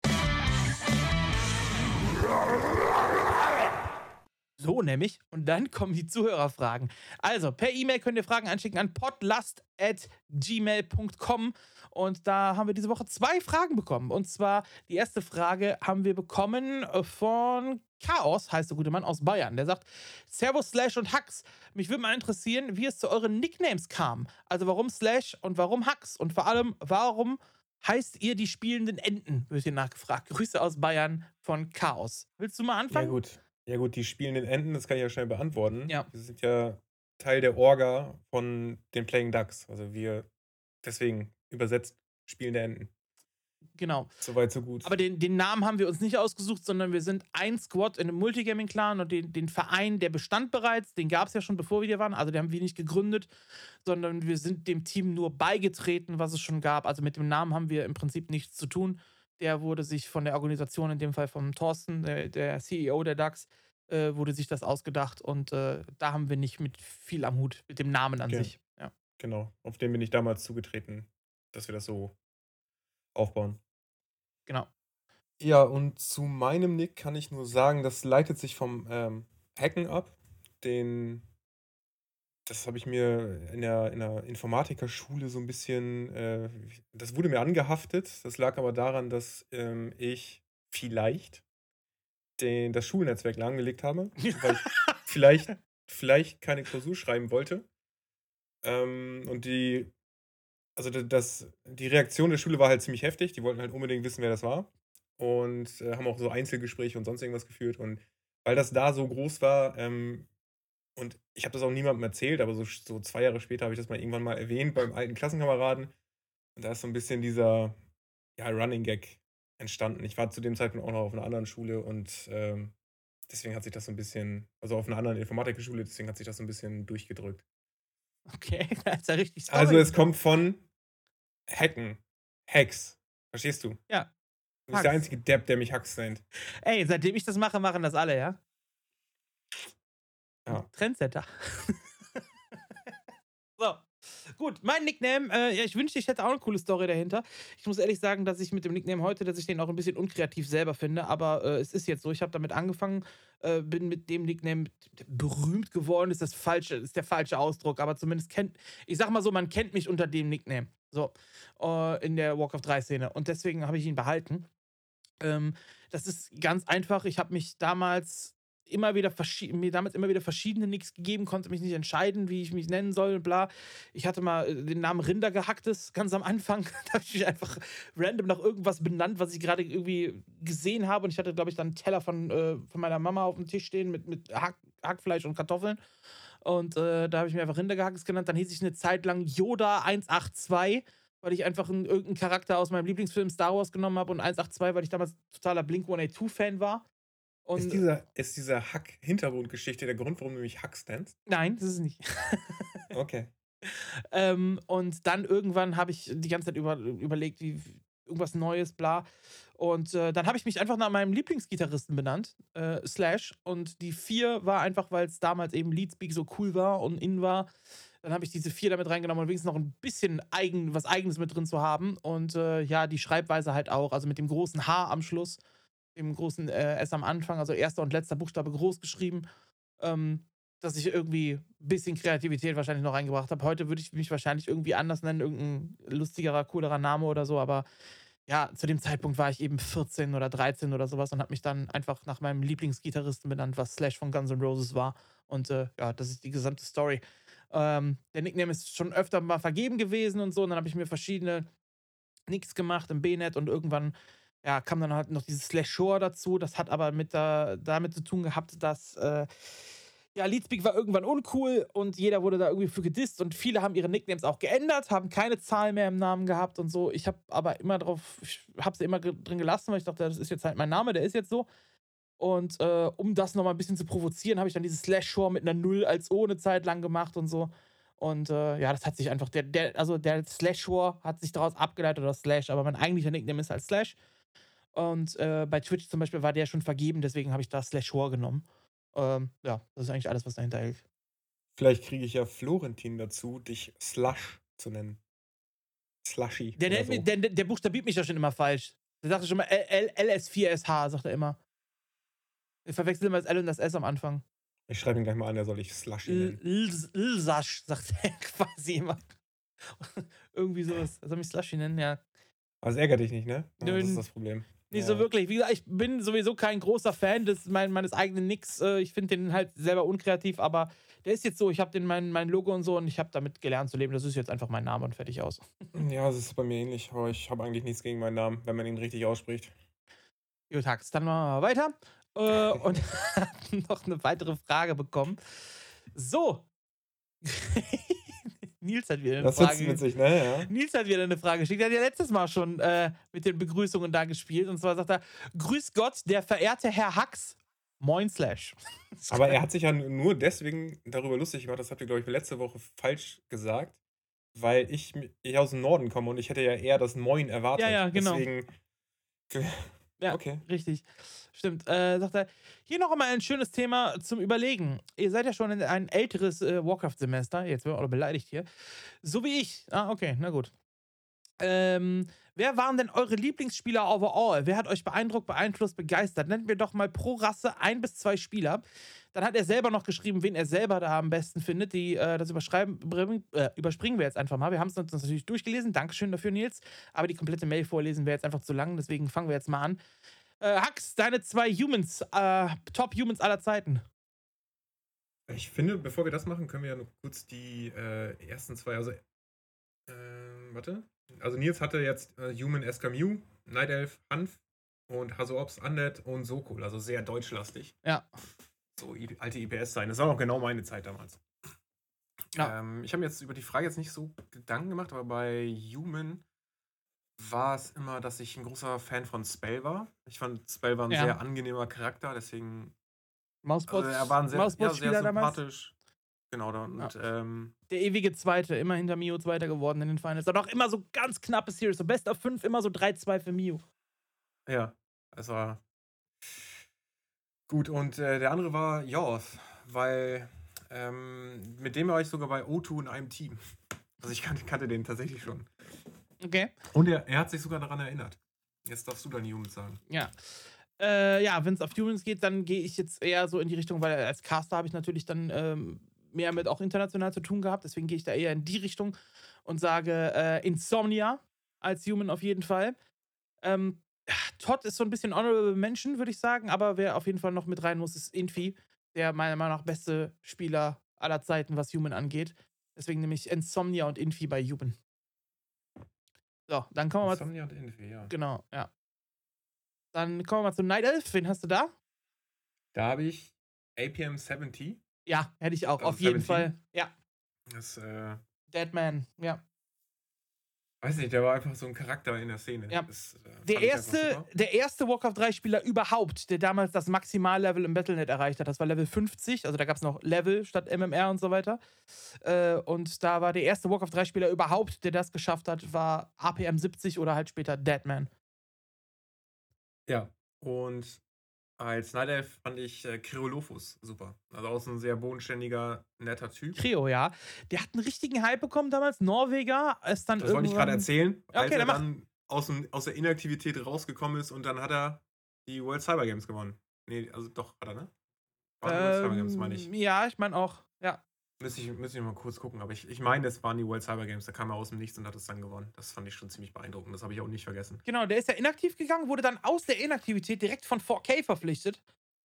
So nämlich. Und dann kommen die Zuhörerfragen. Also, per E-Mail könnt ihr Fragen einschicken an podlast at gmail punkt com. Und da haben wir diese Woche zwei Fragen bekommen. Und zwar, die erste Frage haben wir bekommen von Chaos, heißt der gute Mann aus Bayern. Der sagt, Servus, Slash und Hux. Mich würde mal interessieren, wie es zu euren Nicknames kam. Also warum Slash und warum Hux? Und vor allem, warum heißt ihr die spielenden Enten? Wird hier nachgefragt. Grüße aus Bayern von Chaos. Willst du mal anfangen? Ja gut. Ja gut, die spielenden Enten, das kann ich ja schnell beantworten. Ja. Wir sind ja Teil der Orga von den Playing Ducks. Also wir, deswegen übersetzt spielende Enten. Genau. Soweit, so gut. Aber den, den Namen haben wir uns nicht ausgesucht, sondern wir sind ein Squad in einem Multigaming-Clan und den, den Verein, der bestand bereits, den gab es ja schon, bevor wir hier waren, also den haben wir nicht gegründet, sondern wir sind dem Team nur beigetreten, was es schon gab. Also mit dem Namen haben wir im Prinzip nichts zu tun. Der wurde sich von der Organisation, in dem Fall von Thorsten, der, der C E O der Ducks, äh, wurde sich das ausgedacht und äh, da haben wir nicht mit viel am Hut, mit dem Namen an Okay. sich. Ja. Genau, auf den bin ich damals zugetreten, dass wir das so aufbauen. Genau. Ja, und zu meinem Nick kann ich nur sagen, das leitet sich vom ähm, Hacken ab. Den, das habe ich mir in der, in der Informatikerschule so ein bisschen, äh, das wurde mir angehaftet. Das lag aber daran, dass ähm, ich vielleicht den, das Schulnetzwerk lahmgelegt habe, weil ich vielleicht, vielleicht keine Klausur schreiben wollte. Ähm, und die, also da- das, die Reaktion der Schule war halt ziemlich heftig. Die wollten halt unbedingt wissen, wer das war. Und äh, haben auch so Einzelgespräche und sonst irgendwas geführt. Und weil das da so groß war, ähm, und ich habe das auch niemandem erzählt, aber so, so zwei Jahre später habe ich das mal irgendwann mal erwähnt beim alten Klassenkameraden. Und da ist so ein bisschen dieser ja, Running Gag entstanden. Ich war zu dem Zeitpunkt auch noch auf einer anderen Schule und ähm, deswegen hat sich das so ein bisschen, also auf einer anderen Informatikerschule, deswegen hat sich das so ein bisschen durchgedrückt. Okay, das ist ja richtig Story. Also es kommt von Hacken. Hacks. Verstehst du? Ja. Du bist der Hacks. einzige Depp, der mich Hacks nennt. Ey, seitdem ich das mache, machen das alle, ja? Ja. Trendsetter. So, gut, mein Nickname, äh, ja, ich wünschte, ich hätte auch eine coole Story dahinter. Ich muss ehrlich sagen, dass ich mit dem Nickname heute, dass ich den auch ein bisschen unkreativ selber finde, aber äh, es ist jetzt so, ich habe damit angefangen, äh, bin mit dem Nickname berühmt geworden, ist das falsche, ist der falsche Ausdruck, aber zumindest kennt, ich sag mal so, man kennt mich unter dem Nickname, so, äh, in der Warcraft drei Szene und deswegen habe ich ihn behalten. Ähm, das ist ganz einfach. Ich habe mich damals immer wieder verschi- mir damals immer wieder verschiedene Nicks gegeben, konnte mich nicht entscheiden, wie ich mich nennen soll und bla. Ich hatte mal äh, den Namen Rinder gehacktes, ganz am Anfang. Da habe ich mich einfach random nach irgendwas benannt, was ich gerade irgendwie gesehen habe. Und ich hatte, glaube ich, dann einen Teller von, äh, von meiner Mama auf dem Tisch stehen mit, mit Hack Hackfleisch und Kartoffeln. Und äh, da habe ich mir einfach Rinder gehacktes genannt. Dann hieß ich eine Zeit lang Yoda eins acht zwei, weil ich einfach einen, irgendeinen Charakter aus meinem Lieblingsfilm Star Wars genommen habe und eins acht zwei, weil ich damals totaler Blink one eighty-two Fan war. Und Ist dieser, ist dieser Hack-Hintergrundgeschichte der Grund, warum du mich Hacks nennst? nein, das ist es nicht. Okay. ähm, und dann irgendwann habe ich die ganze Zeit über, überlegt, wie irgendwas Neues, bla. Und äh, dann habe ich mich einfach nach meinem Lieblingsgitarristen benannt, äh, Slash. Und die vier war einfach, weil es damals eben Leadspeak so cool war und in war. Dann habe ich diese vier damit reingenommen, um wenigstens noch ein bisschen eigen, was Eigenes mit drin zu haben. Und äh, ja, die Schreibweise halt auch. Also mit dem großen H am Schluss, dem großen äh, S am Anfang, also erster und letzter Buchstabe groß geschrieben. Ähm, dass ich irgendwie ein bisschen Kreativität wahrscheinlich noch reingebracht habe. Heute würde ich mich wahrscheinlich irgendwie anders nennen, irgendein lustigerer, coolerer Name oder so, aber ja, zu dem Zeitpunkt war ich eben vierzehn oder dreizehn oder sowas und habe mich dann einfach nach meinem Lieblingsgitarristen benannt, was Slash von Guns N' Roses war. Und äh, ja, das ist die gesamte Story. Ähm, der Nickname ist schon öfter mal vergeben gewesen und so. Und dann habe ich mir verschiedene Nicks gemacht im B-Net und irgendwann ja, kam dann halt noch dieses Slash Shore dazu. Das hat aber mit da, damit zu tun gehabt, dass äh, ja, Leadspeak war irgendwann uncool und jeder wurde da irgendwie für gedisst und viele haben ihre Nicknames auch geändert, haben keine Zahl mehr im Namen gehabt und so. Ich habe aber immer drauf, ich habe sie immer ge- drin gelassen, weil ich dachte, das ist jetzt halt mein Name, der ist jetzt so. Und äh, um das nochmal ein bisschen zu provozieren, habe ich dann dieses Slash Shore mit einer Null als O eine Zeit lang gemacht und so. Und äh, ja, das hat sich einfach, der, der, also der Slash Shore hat sich daraus abgeleitet oder Slash, aber mein eigentlicher Nickname ist halt Slash. Und äh, bei Twitch zum Beispiel war der schon vergeben, deswegen habe ich da Slash Shore genommen. Ähm, ja, das ist eigentlich alles, was dahinter hält. Vielleicht kriege ich ja Florentin dazu, dich Slush zu nennen. Slushy. Der, oder nennt mich, so. der, der buchstabiert mich ja schon immer falsch. Der sagt schon mal L S vier S H, sagt er immer. Ich verwechsel immer das L und das S am Anfang. Ich schreibe ihn gleich mal an, der soll ich Slushy nennen. Lsasch, sagt er quasi immer. Irgendwie sowas. Soll mich Slushy nennen? Ja. Aber es ärgert dich nicht, ne? Ja, Nö, das ist das Problem. Nicht Ja. so wirklich. Wie gesagt, ich bin sowieso kein großer Fan des, mein, meines eigenen Nicks. Äh, Ich finde den halt selber unkreativ, aber der ist jetzt so. Ich habe den mein, mein Logo und so und ich habe damit gelernt zu leben. Das ist jetzt einfach mein Name und fertig aus. Ja, das ist bei mir ähnlich, aber ich habe eigentlich nichts gegen meinen Namen, wenn man ihn richtig ausspricht. Gut, Hax, dann machen wir mal weiter. Äh, und noch eine weitere Frage bekommen. So. Nils hat wieder eine Das Frage. ist witzig, ne? Ja. Nils hat wieder eine Frage geschickt. Er hat ja letztes Mal schon äh, mit den Begrüßungen da gespielt. Und zwar sagt er: Grüß Gott, der verehrte Herr Hax. Moin Slash. Aber er hat sich ja nur deswegen darüber lustig gemacht, das habt ihr, glaube ich, letzte Woche falsch gesagt, weil ich, ich aus dem Norden komme und ich hätte ja eher das Moin erwartet. Ja, ja, genau. Deswegen. Ja, Okay. richtig. Stimmt. Äh, sagt er, hier noch einmal ein schönes Thema zum Überlegen. Ihr seid ja schon in ein älteres äh, Warcraft-Semester. Jetzt wird auch beleidigt hier. So wie ich. Ah, okay, na gut. Ähm, wer waren denn eure Lieblingsspieler overall? Wer hat euch beeindruckt, beeinflusst, begeistert? Nennt mir doch mal pro Rasse ein bis zwei Spieler. Dann hat er selber noch geschrieben, wen er selber da am besten findet. Die, äh, das überschreiben, äh, überspringen wir jetzt einfach mal. Wir haben es uns natürlich durchgelesen. Dankeschön dafür, Nils. Aber die komplette Mail vorlesen wäre jetzt einfach zu lang. Deswegen fangen wir jetzt mal an. Äh, Hax, deine zwei Humans, äh, Top-Humans aller Zeiten. Ich finde, bevor wir das machen, können wir ja noch kurz die äh, ersten zwei, also, ähm, warte. Also Nils hatte jetzt äh, Human S K M U, Night Elf, Hanf und Hasops, Undead und Sokol, also sehr deutschlastig. Ja. So I alte I P S sein. Das war auch genau meine Zeit damals. Ja. Ähm, ich habe mir jetzt über die Frage jetzt nicht so Gedanken gemacht, aber bei Human war es immer, dass ich ein großer Fan von Spell war. Ich fand Spell war ein Ja. sehr angenehmer Charakter, deswegen Mausbots, also er war ein sehr, ja, sehr Mausbots-Spieler damals. sympathisch. Genau, da- und ähm, Der ewige Zweite, immer hinter Mio Zweiter geworden in den Finals. Und auch immer so ganz knappe Series. So Best of fünf, immer so drei zwei für Mio. ja, es war gut. Und äh, der andere war Yoth, weil ähm, mit dem war ich sogar bei O zwei in einem Team. Also ich kan kannte den tatsächlich schon. Okay. Und er, er hat sich sogar daran erinnert. Jetzt darfst du deine Humans sagen. Ja. Äh, ja, wenn es auf Humans geht, dann gehe ich jetzt eher so in die Richtung, weil als Caster habe ich natürlich dann ähm, mehr mit auch international zu tun gehabt. Deswegen gehe ich da eher in die Richtung und sage äh, Insomnia als Human auf jeden Fall. Ähm, Todd ist so ein bisschen honorable Mention, würde ich sagen, aber wer auf jeden Fall noch mit rein muss, ist Infi, der meiner Meinung nach beste Spieler aller Zeiten, was Human angeht. Deswegen nehme ich Insomnia und Infi bei Human. So, dann kommen wir mal. Insomnia und Infi, ja. Genau, ja. Dann kommen wir mal zu Night Elf. Wen hast du da? Da habe ich A P M siebzig. Ja, hätte ich auch, Also auf jeden siebzehn? Fall. Ja, Das, äh, Deadman, ja. weiß nicht, der war einfach so ein Charakter in der Szene. Ja. Das, äh, fand Der ich einfach erste, super. der erste Warcraft drei Spieler überhaupt, der damals das Maximallevel im Battle Punkt net erreicht hat, das war Level fünfzig, also da gab es noch Level statt M M R und so weiter. Äh, und da war der erste Warcraft drei Spieler überhaupt, der das geschafft hat, war A P M siebzig oder halt später Deadman. Ja, und als Night Elf fand ich äh, Kryolophus super. Also auch so ein sehr bodenständiger, netter Typ. Creo, ja. Der hat einen richtigen Hype bekommen damals. Norweger ist dann Das wollte ich gerade irgendwann- erzählen, als Okay, er dann mach. dann aus, dem, aus der Inaktivität rausgekommen ist und dann hat er die World Cyber Games gewonnen. Nee, also doch, hat er, ne? War die World Cyber Games, meine ich. Ähm, Ja, ich meine auch. Ja. Müsste ich, müsste ich mal kurz gucken, aber ich, ich meine, das waren die World Cyber Games. Da kam er aus dem Nichts und hat es dann gewonnen. Das fand ich schon ziemlich beeindruckend. Das habe ich auch nicht vergessen. Genau, der ist ja inaktiv gegangen, wurde dann aus der Inaktivität direkt von vier K verpflichtet.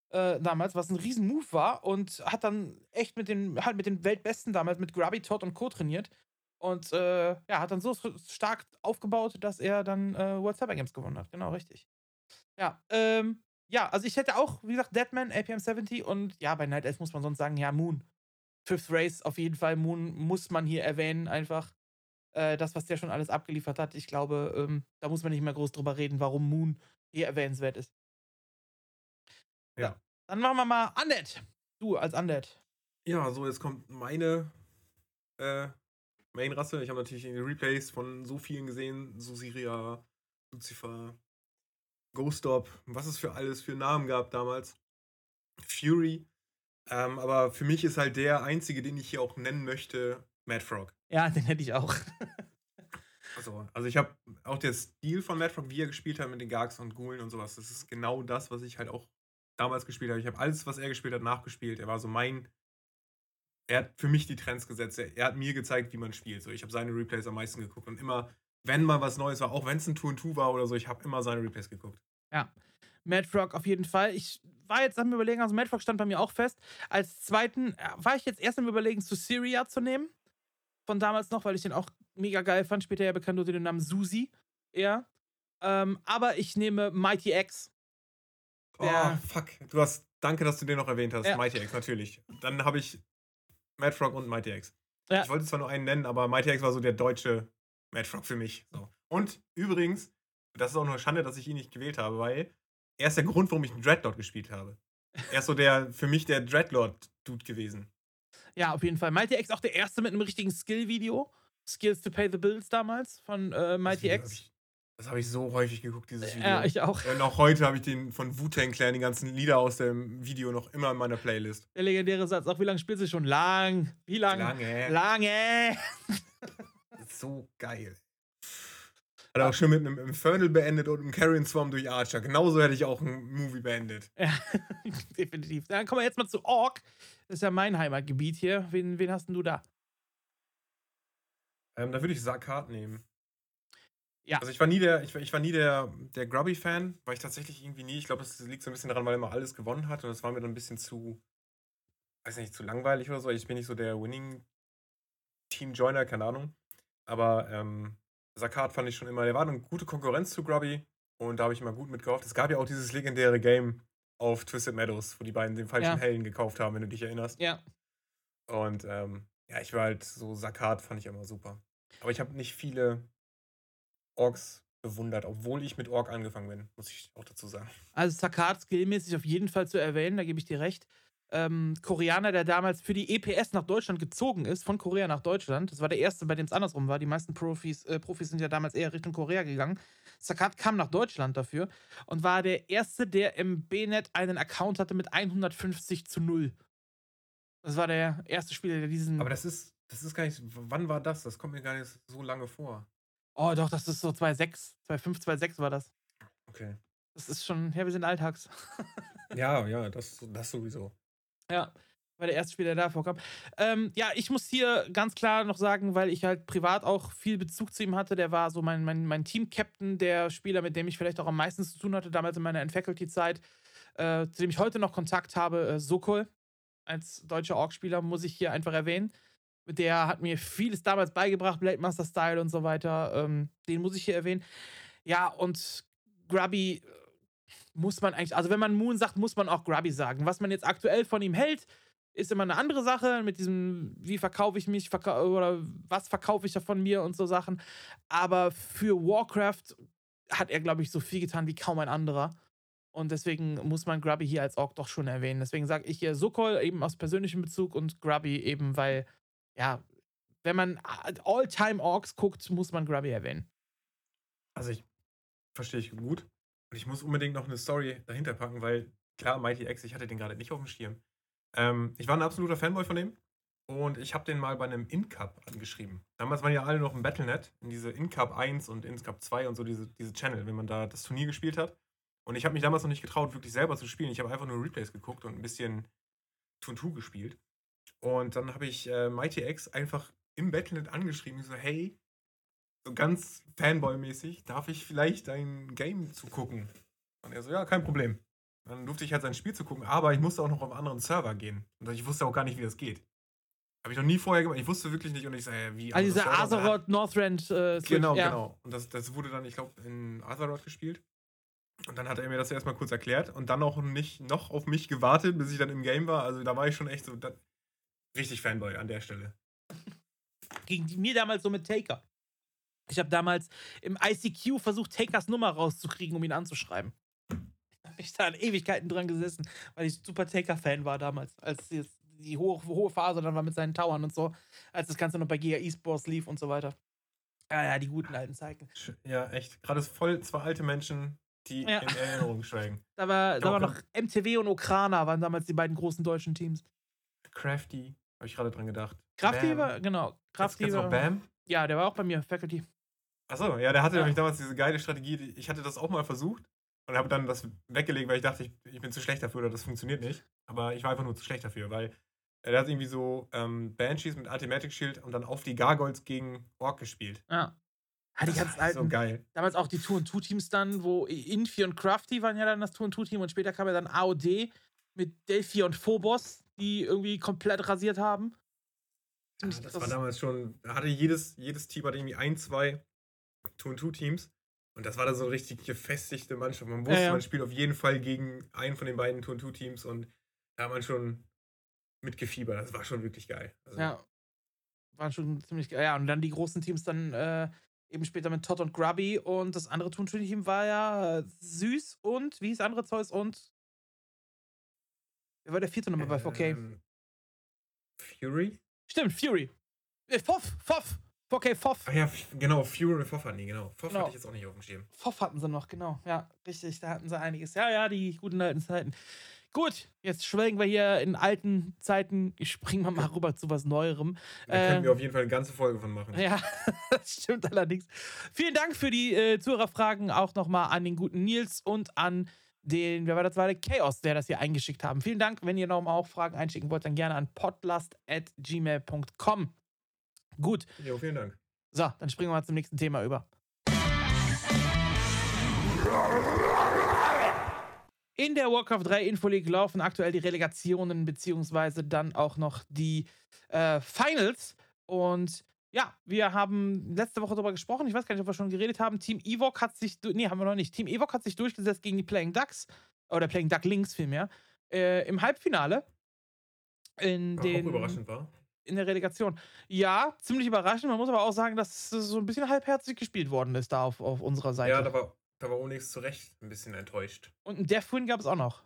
äh, damals, was ein riesen Move war und hat dann echt mit den, halt mit den Weltbesten damals, mit Grubby, Todd und Co. trainiert. Und äh, ja, hat dann so stark aufgebaut, dass er dann äh, World Cyber Games gewonnen hat. Genau, richtig. Ja, ähm, ja, also ich hätte auch, wie gesagt, Deadman, A P M siebzig und ja, bei Night Elf muss man sonst sagen, ja, Moon. Fifth Race auf jeden Fall, Moon muss man hier erwähnen, einfach. Äh, das, was der schon alles abgeliefert hat. Ich glaube, ähm, da muss man nicht mehr groß drüber reden, warum Moon hier erwähnenswert ist. Ja. Ja. Dann machen wir mal Undead. Du als Undead. Ja, so, jetzt kommt meine äh, Main-Rasse. Ich habe natürlich die Replays von so vielen gesehen. Susiria, Lucifer, Ghost Orb, was es für alles für Namen gab damals. Fury. Ähm, aber für mich ist halt der einzige, den ich hier auch nennen möchte, Mad Frog. Ja, den hätte ich auch. Also, also ich habe auch der Stil von Mad Frog, wie er gespielt hat mit den Gargs und Ghoulen und sowas, das ist genau das, was ich halt auch damals gespielt habe. Ich habe alles, was er gespielt hat, nachgespielt. Er war so mein, er hat für mich die Trends gesetzt. Er, er hat mir gezeigt, wie man spielt. So, ich habe seine Replays am meisten geguckt und immer, wenn mal was Neues war, auch wenn es ein zwei und zwei war oder so, ich habe immer seine Replays geguckt. Ja, Mad Frog auf jeden Fall. Ich war jetzt am Überlegen, also Mad Frog stand bei mir auch fest. Als zweiten äh, war ich jetzt erst am Überlegen, Susiria zu nehmen. Von damals noch, weil ich den auch mega geil fand. Später ja bekannt unter dem Namen Susi. eher. Ähm, aber ich nehme Mighty X. Oh, Der- fuck. Du hast, danke, dass du den noch erwähnt hast. Ja. Mighty X, natürlich. Dann habe ich Mad Frog und Mighty X. Ja. Ich wollte zwar nur einen nennen, aber Mighty X war so der deutsche Mad Frog für mich. So. Und übrigens, das ist auch nur Schande, dass ich ihn nicht gewählt habe, weil er ist der Grund, warum ich einen Dreadlord gespielt habe. Er ist so der, für mich der Dreadlord-Dude gewesen. Ja, auf jeden Fall. Mighty X auch der erste mit einem richtigen Skill-Video. Skills to Pay the Bills damals von äh, Mighty Das Video hab X. ich- Das habe ich so häufig geguckt, dieses Video. Ja, ich auch. Und auch heute habe ich den von Wu-Tang Clan, die ganzen Lieder aus dem Video noch immer in meiner Playlist. Der legendäre Satz. Auch wie lange spielst du schon? Lang. Wie lange? Lange. Lange. Das ist so geil. Hat er auch schon mit einem Infernal beendet und einem Carrion Swarm durch Archer. Genauso hätte ich auch einen Movie beendet. Ja, definitiv. Dann kommen wir jetzt mal zu Ork. Das ist ja mein Heimatgebiet hier. Wen, wen hast denn du da? Ähm, da würde ich Sakat nehmen. Ja. Also ich war nie der, ich war, ich war nie der, der Grubby-Fan, war ich tatsächlich irgendwie nie. Ich glaube, das liegt so ein bisschen daran, weil er immer alles gewonnen hat und das war mir dann ein bisschen zu, weiß nicht, zu langweilig oder so. Ich bin nicht so der Winning-Team-Joiner, keine Ahnung. Aber ähm, Sakat fand ich schon immer, der war eine gute Konkurrenz zu Grubby und da habe ich immer gut mitgehofft. Es gab ja auch dieses legendäre Game auf Twisted Meadows, wo die beiden den falschen Ja. Helden gekauft haben, wenn du dich erinnerst. Ja. Und ähm, ja, ich war halt so, Sakat fand ich immer super. Aber ich habe nicht viele Orks bewundert, obwohl ich mit Ork angefangen bin, muss ich auch dazu sagen. Also Sakat skillmäßig auf jeden Fall zu erwähnen, da gebe ich dir recht. Ähm, Koreaner, der damals für die E P S nach Deutschland gezogen ist, von Korea nach Deutschland. Das war der erste, bei dem es andersrum war. Die meisten Profis, äh, Profis sind ja damals eher Richtung Korea gegangen. Sakat kam nach Deutschland dafür und war der erste, der im B-Net einen Account hatte mit hundertfünfzig zu null. Das war der erste Spieler, der diesen. Aber das ist, das ist gar nicht, wann war das? Das kommt mir gar nicht so lange vor. Oh, doch, das ist so zwei Komma sechs, zwei Komma fünf, zwei Komma sechs war das. Okay. Das ist schon, ja, wir sind alltags. Ja, ja, das, das sowieso. Ja, war der erste Spieler, der da vorkam. Ähm, ja, ich muss hier ganz klar noch sagen, weil ich halt privat auch viel Bezug zu ihm hatte. Der war so mein, mein, mein Team-Captain, der Spieler, mit dem ich vielleicht auch am meisten zu tun hatte, damals in meiner End-Faculty-Zeit, äh, zu dem ich heute noch Kontakt habe, äh, Sokol, als deutscher Orc-Spieler, muss ich hier einfach erwähnen. Der hat mir vieles damals beigebracht, Blade Master Style und so weiter. Ähm, den muss ich hier erwähnen. Ja, und Grubby muss man eigentlich, also wenn man Moon sagt, muss man auch Grubby sagen. Was man jetzt aktuell von ihm hält, ist immer eine andere Sache mit diesem, wie verkaufe ich mich, verkau oder was verkaufe ich da von mir und so Sachen. Aber für Warcraft hat er, glaube ich, so viel getan wie kaum ein anderer. Und deswegen muss man Grubby hier als Ork doch schon erwähnen. Deswegen sage ich hier Sokol eben aus persönlichem Bezug und Grubby eben, weil, ja, wenn man All-Time-Orks guckt, muss man Grubby erwähnen. Also ich verstehe ich gut. Und ich muss unbedingt noch eine Story dahinter packen, weil klar, Mighty X, ich hatte den gerade nicht auf dem Schirm. Ähm, ich war ein absoluter Fanboy von dem und ich habe den mal bei einem In-Cup angeschrieben. Damals waren ja alle noch im Battle punkt net, in diese In-Cup eins und In-Cup zwei und so diese, diese Channel, wenn man da das Turnier gespielt hat. Und ich habe mich damals noch nicht getraut, wirklich selber zu spielen. Ich habe einfach nur Replays geguckt und ein bisschen zwei und zwei gespielt. Und dann habe ich äh, Mighty X einfach im Battle punkt net angeschrieben. Ich so, hey, so ganz Fanboy-mäßig, darf ich vielleicht dein Game zugucken? Und er so, ja, kein Problem. Dann durfte ich halt sein Spiel zu gucken, aber ich musste auch noch auf einen anderen Server gehen. Und ich wusste auch gar nicht, wie das geht. Habe ich noch nie vorher gemacht. Ich wusste wirklich nicht und ich sage, wie. Also andere dieser Server, da- Azeroth Northrend äh, Switch, Genau, ja. genau. Und das, das wurde dann, ich glaube, in Azeroth gespielt. Und dann hat er mir das erstmal kurz erklärt und dann auch nicht noch auf mich gewartet, bis ich dann im Game war. Also da war ich schon echt so da, richtig Fanboy an der Stelle. Ging mir damals so mit Taker. Ich habe damals im I C Q versucht, Takers Nummer rauszukriegen, um ihn anzuschreiben. Ich da in Ewigkeiten dran gesessen, weil ich super Taker-Fan war damals, als die, die hohe, hohe Phase dann war mit seinen Towern und so, als das Ganze noch bei G A eSports lief und so weiter. Ja, ja, die guten alten Zeiten. Ja, echt. Gerade voll zwei alte Menschen, die Ja. in Erinnerung schwelgen. Da war, da Ja, war okay. noch M T W und Okrana, waren damals die beiden großen deutschen Teams. Crafty, habe ich gerade dran gedacht. Krafty Bam. war, genau. Kennst, Krafty kennst du war, noch Bam? ja, der war auch bei mir, Faculty. Achso, ja, der hatte Ja. nämlich damals diese geile Strategie. die- Ich hatte das auch mal versucht und habe dann das weggelegt, weil ich dachte, ich, ich bin zu schlecht dafür oder das funktioniert nicht. Aber ich war einfach nur zu schlecht dafür, weil er hat irgendwie so ähm, Banshees mit Ultimatic Shield und dann auf die Gargoyles gegen Orc gespielt. Ja. Ah, die Das ganzen war so alten. geil. Damals auch die Two und Two Teams dann, wo Infi und Crafty waren ja dann das Two und Two Team und später kam ja dann A O D mit Delphi und Phobos, die irgendwie komplett rasiert haben. Ja, das war damals schon, da hatte jedes, jedes Team hatte irgendwie ein, zwei Two-and-Two-Teams. Und das war dann so eine richtig gefestigte Mannschaft. Man wusste, Ja, ja. man spielt auf jeden Fall gegen einen von den beiden Two-and-Two-Teams und da hat man schon mitgefiebert. Das war schon wirklich geil. Also, Ja. Waren schon ziemlich geil. Ja, und dann die großen Teams dann äh, eben später mit Todd und Grubby und das andere Two and Two Team war ja äh, Süß und, wie hieß andere Zeus und. Wer war der vierte nochmal bei vier K? ähm, Fury? Stimmt, Fury. Äh, Foff, Foff. vier K Foff. Ach ja, F- genau, Fury und Foff hatten die, genau. Foff Genau. hatte ich jetzt auch nicht auf dem Schirm. Foff hatten sie noch, genau. Ja, richtig, da hatten sie einiges. Ja, ja, die guten alten Zeiten. Gut, jetzt schwelgen wir hier in alten Zeiten. Springen wir mal rüber zu was Neuerem. Da können Ähm, wir auf jeden Fall eine ganze Folge von machen. Ja, das stimmt allerdings. Vielen Dank für die äh, Zuhörerfragen auch nochmal an den guten Nils und an den, wer war das, war der Chaos, der das hier eingeschickt haben. Vielen Dank. Wenn ihr nochmal auch Fragen einschicken wollt, dann gerne an podlast at gmail punkt com. Gut, Jo, vielen Dank. so, dann springen wir mal zum nächsten Thema über. In der Warcraft drei Info League laufen aktuell die Relegationen, beziehungsweise dann auch noch die äh, Finals. Und ja, wir haben letzte Woche darüber gesprochen. Ich weiß gar nicht, ob wir schon geredet haben. Team Evoc hat sich, du- nee, haben wir noch nicht. Team Evoc hat sich durchgesetzt gegen die Playing Ducks, oder Playing Ducklings vielmehr, äh, im Halbfinale. In Was den, auch überraschend war. in der Relegation. Ja, ziemlich überraschend. Man muss aber auch sagen, dass es so ein bisschen halbherzig gespielt worden ist da auf, auf unserer Seite. Ja, da war, da war Onyx zu Recht ein bisschen enttäuscht. Und einen Deathwin gab es auch noch.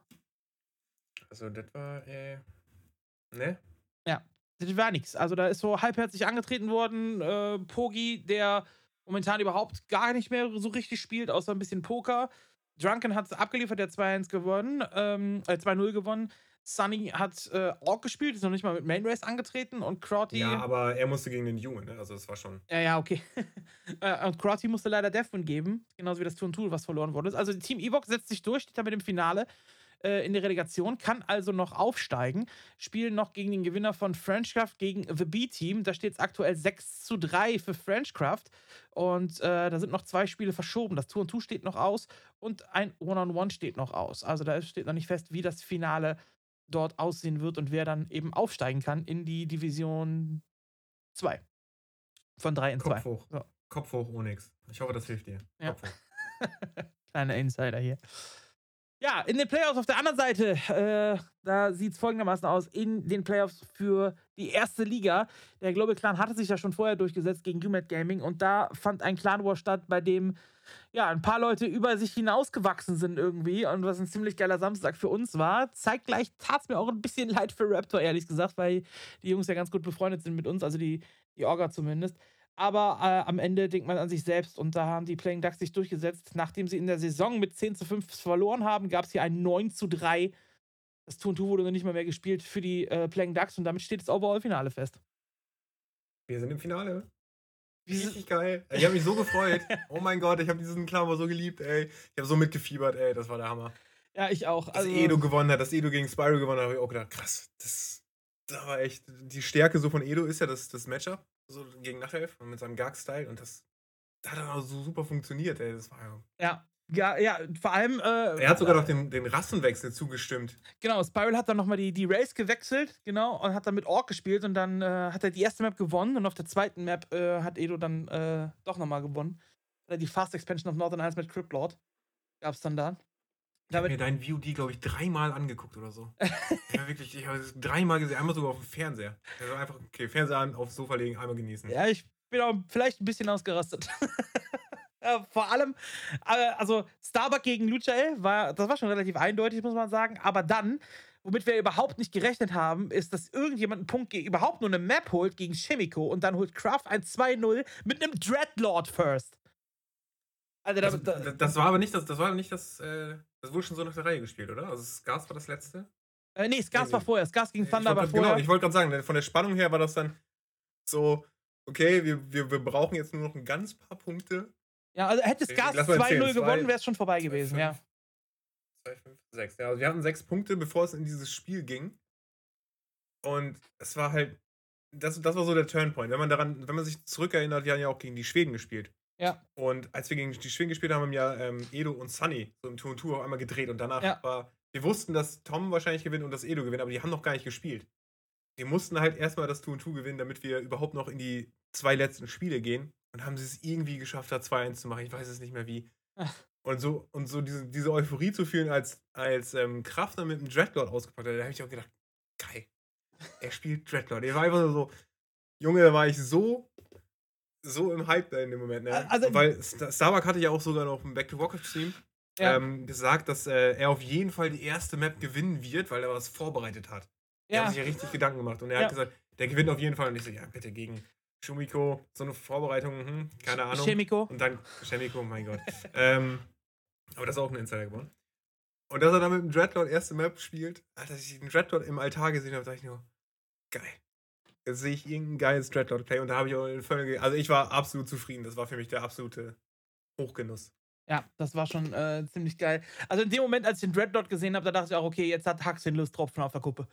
Also, das war, äh, ne? Das war nichts. Also da ist so halbherzig angetreten worden. Äh, Pogi, der momentan überhaupt gar nicht mehr so richtig spielt, außer ein bisschen Poker. Drunken hat abgeliefert, der zwei eins gewonnen, ähm, äh, zwei null gewonnen. Sunny hat äh, Orc gespielt, ist noch nicht mal mit Main Race angetreten und Crotty. Ja, aber er musste gegen den Jungen, ne? Also, das war schon. Ja, ja, okay. Äh, und Crotty musste leider Deathwin geben, genauso wie das Tour Tool, was verloren worden ist. Also Team Evoc setzt sich durch, steht damit im Finale äh, in der Relegation, kann also noch aufsteigen, spielen noch gegen den Gewinner von Frenchcraft gegen The B-Team. Da steht es aktuell sechs zu drei für Frenchcraft und äh, da sind noch zwei Spiele verschoben. Das Tour und Tour steht noch aus und ein One-on-One steht noch aus. Also da steht noch nicht fest, wie das Finale dort aussehen wird und wer dann eben aufsteigen kann in die Division zwei. Von drei in zwei. Kopf hoch. So. Kopf hoch, Onyx. Ich hoffe, das hilft dir. Ja. Kopf hoch. Kleiner Insider hier. Ja, in den Playoffs auf der anderen Seite, äh, da sieht es folgendermaßen aus. In den Playoffs für die erste Liga. Der Global Clan hatte sich ja schon vorher durchgesetzt gegen U M A D Gaming und da fand ein Clan War statt, bei dem ja, ein paar Leute über sich hinausgewachsen sind irgendwie und was ein ziemlich geiler Samstag für uns war. Zeitgleich tat es mir auch ein bisschen leid für Raptor, ehrlich gesagt, weil die Jungs ja ganz gut befreundet sind mit uns, also die, die Orga zumindest. Aber äh, am Ende denkt man an sich selbst und da haben die Playing Ducks sich durchgesetzt. Nachdem sie in der Saison mit zehn zu fünf verloren haben, gab es hier ein neun zu drei. Das Two und Two wurde noch nicht mal mehr gespielt für die äh, Playing Ducks und damit steht das Overall-Finale fest. Wir sind im Finale. Wie ist- Richtig geil. Ich habe mich so gefreut. Oh mein Gott, ich habe diesen Clan so geliebt, ey. Ich habe so mitgefiebert, ey. Das war der Hammer. Ja, ich auch. Dass Also, Edo gewonnen hat, dass Edo gegen Spyro gewonnen hat, habe ich auch gedacht, krass. Das, das war echt. Die Stärke so von Edo ist ja das, das Matchup so gegen Nachtelf und mit seinem Garg-Style und das, das hat dann auch so super funktioniert, ey. Das war ja. ja, Ja, ja, vor allem. Äh, Er hat sogar noch den, den Rassenwechsel zugestimmt. Genau, Spiral hat dann nochmal die, die Race gewechselt, genau, und hat dann mit Orc gespielt und dann äh, hat er die erste Map gewonnen und auf der zweiten Map äh, hat Edo dann äh, doch nochmal gewonnen. Äh, Die Fast Expansion of Northern Isles mit Cryptlord gab's dann da. Ich habe Damit, mir deinen V O D, glaube ich, dreimal angeguckt oder so. Ja, wirklich, ich habe es dreimal gesehen, einmal sogar auf dem Fernseher. Also einfach, okay, Fernseher an, aufs Sofa legen, einmal genießen. ja, ich bin auch vielleicht ein bisschen ausgerastet. Ja, vor allem, äh, also Starbuck gegen Luchael, war, das war schon relativ eindeutig, muss man sagen. Aber dann, womit wir überhaupt nicht gerechnet haben, ist, dass irgendjemand einen Punkt ge- überhaupt nur eine Map holt gegen Shimiko und dann holt Kraft ein zwei null mit einem Dreadlord First. Also, da, Also, da, das, das war aber nicht das, das war nicht das, äh, das wurde schon so nach der Reihe gespielt, oder? Also Skars war das letzte? äh, nee, Skars war nee. vorher. Skars gegen Ich Thunder wollt war grad- vorher. Genau, ich wollte gerade sagen, von der Spannung her war das dann so, okay, wir, wir, wir brauchen jetzt nur noch ein ganz paar Punkte. Ja, also hätte Ich- Skars lass mal zwei null erzählen, zwei- gewonnen, wäre es schon vorbei gewesen, fünf. ja. zwei, fünf, sechs. Ja, also wir hatten sechs Punkte, bevor es in dieses Spiel ging. Und es war halt, das, das war so der Turnpoint. Wenn man daran, wenn man sich zurückerinnert, wir haben ja auch gegen die Schweden gespielt. Ja. Und als wir gegen die Schweden gespielt haben, haben ja ähm, Edo und Sunny so im Tour und Tour auf einmal gedreht. Und danach Ja. war, wir wussten, dass Tom wahrscheinlich gewinnt und dass Edo gewinnt, aber die haben noch gar nicht gespielt. Wir mussten halt erstmal das Tour und Tour gewinnen, damit wir überhaupt noch in die zwei letzten Spiele gehen. Und haben sie es irgendwie geschafft, da zwei eins zu machen. Ich weiß es nicht mehr wie. Ach. Und so, und so diese, diese Euphorie zu fühlen, als, als ähm, Kraft dann mit dem Dreadlord ausgepackt hat, da habe ich auch gedacht, geil. Er spielt Dreadlord. Er war einfach nur so, Junge, da war ich so, so im Hype da in dem Moment. Ne? Also- Weil Star- Starbuck hatte ja auch sogar noch im Back to Rocket Stream Ja. ähm, gesagt, dass äh, er auf jeden Fall die erste Map gewinnen wird, weil er was vorbereitet hat. Er Ja. hat sich ja richtig Gedanken gemacht und er Ja. hat gesagt, der gewinnt auf jeden Fall. Und ich so, ja, bitte gegen Shumiko, so eine Vorbereitung, hm, keine Ahnung. Shimiko. Und dann Shemiko, mein Gott. ähm, aber das ist auch ein Insider geworden. Und dass er dann mit dem Dreadlord erste Map spielt, als ich den Dreadlord im Altar gesehen habe, dachte ich nur, geil. Jetzt sehe ich irgendein geiles Dreadlord-Play und da habe ich auch eine völlige, also ich war absolut zufrieden. Das war für mich der absolute Hochgenuss. Ja, das war schon äh, ziemlich geil. Also in dem Moment, als ich den Dreadlord gesehen habe, da dachte ich auch, okay, jetzt hat Hux den Lusttropfen auf der Kuppe.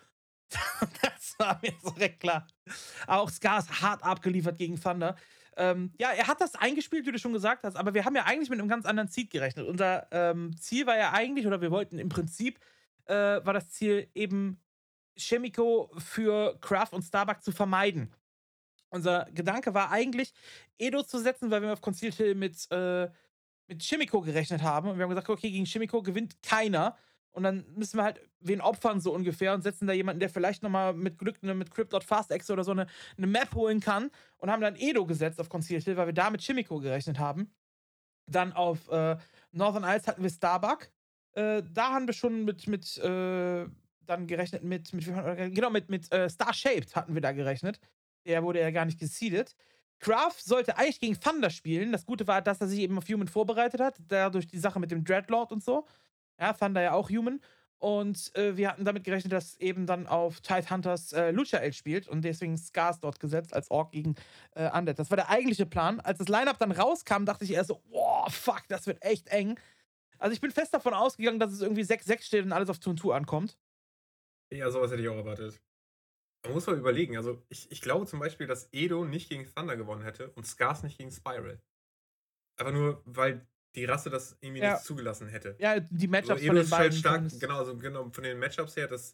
Das war mir so direkt klar. Aber auch Skars hart abgeliefert gegen Thunder. Ähm, ja, er hat das eingespielt, wie du schon gesagt hast, aber wir haben ja eigentlich mit einem ganz anderen Ziel gerechnet. Unser ähm, Ziel war ja eigentlich, oder wir wollten im Prinzip, äh, war das Ziel eben, Shimiko für Kraft und Starbuck zu vermeiden. Unser Gedanke war eigentlich, Edo zu setzen, weil wir auf Concealed Hill mit, äh, mit Shimiko gerechnet haben. Und wir haben gesagt, okay, gegen Shimiko gewinnt keiner. Und dann müssen wir halt wen opfern, so ungefähr, und setzen da jemanden, der vielleicht nochmal mit Glück ne, mit Cryptlord Fast X oder so eine, eine Map holen kann. Und haben dann Edo gesetzt auf Concealed Hill, weil wir da mit Shimiko gerechnet haben. Dann auf äh, Northern Isles hatten wir Starbuck. Äh, da haben wir schon mit, mit äh, dann gerechnet mit, mit genau, mit, mit äh, Star Shaped hatten wir da gerechnet. Der wurde ja gar nicht geseedet. Kraft sollte eigentlich gegen Thunder spielen. Das Gute war, dass er sich eben auf Human vorbereitet hat. Dadurch die Sache mit dem Dreadlord und so. Ja, Thunder ja auch Human. Und äh, wir hatten damit gerechnet, dass eben dann auf Tide Hunters äh, Luchael spielt und deswegen Skars dort gesetzt als Orc gegen äh, Undead. Das war der eigentliche Plan. Als das Lineup dann rauskam, dachte ich erst so, oh, fuck, das wird echt eng. Also ich bin fest davon ausgegangen, dass es irgendwie sechs sechs steht und alles auf zwei zwei ankommt. Ja, sowas hätte ich auch erwartet. Man muss mal überlegen, also ich, ich glaube zum Beispiel, dass Edo nicht gegen Thunder gewonnen hätte und Skars nicht gegen Spiral. Einfach nur, weil die Rasse das irgendwie Ja. nicht zugelassen hätte. Ja, die Matchups Also von Edo den ist halt beiden. stark, fand ich- genau, also genau, von den Matchups her, das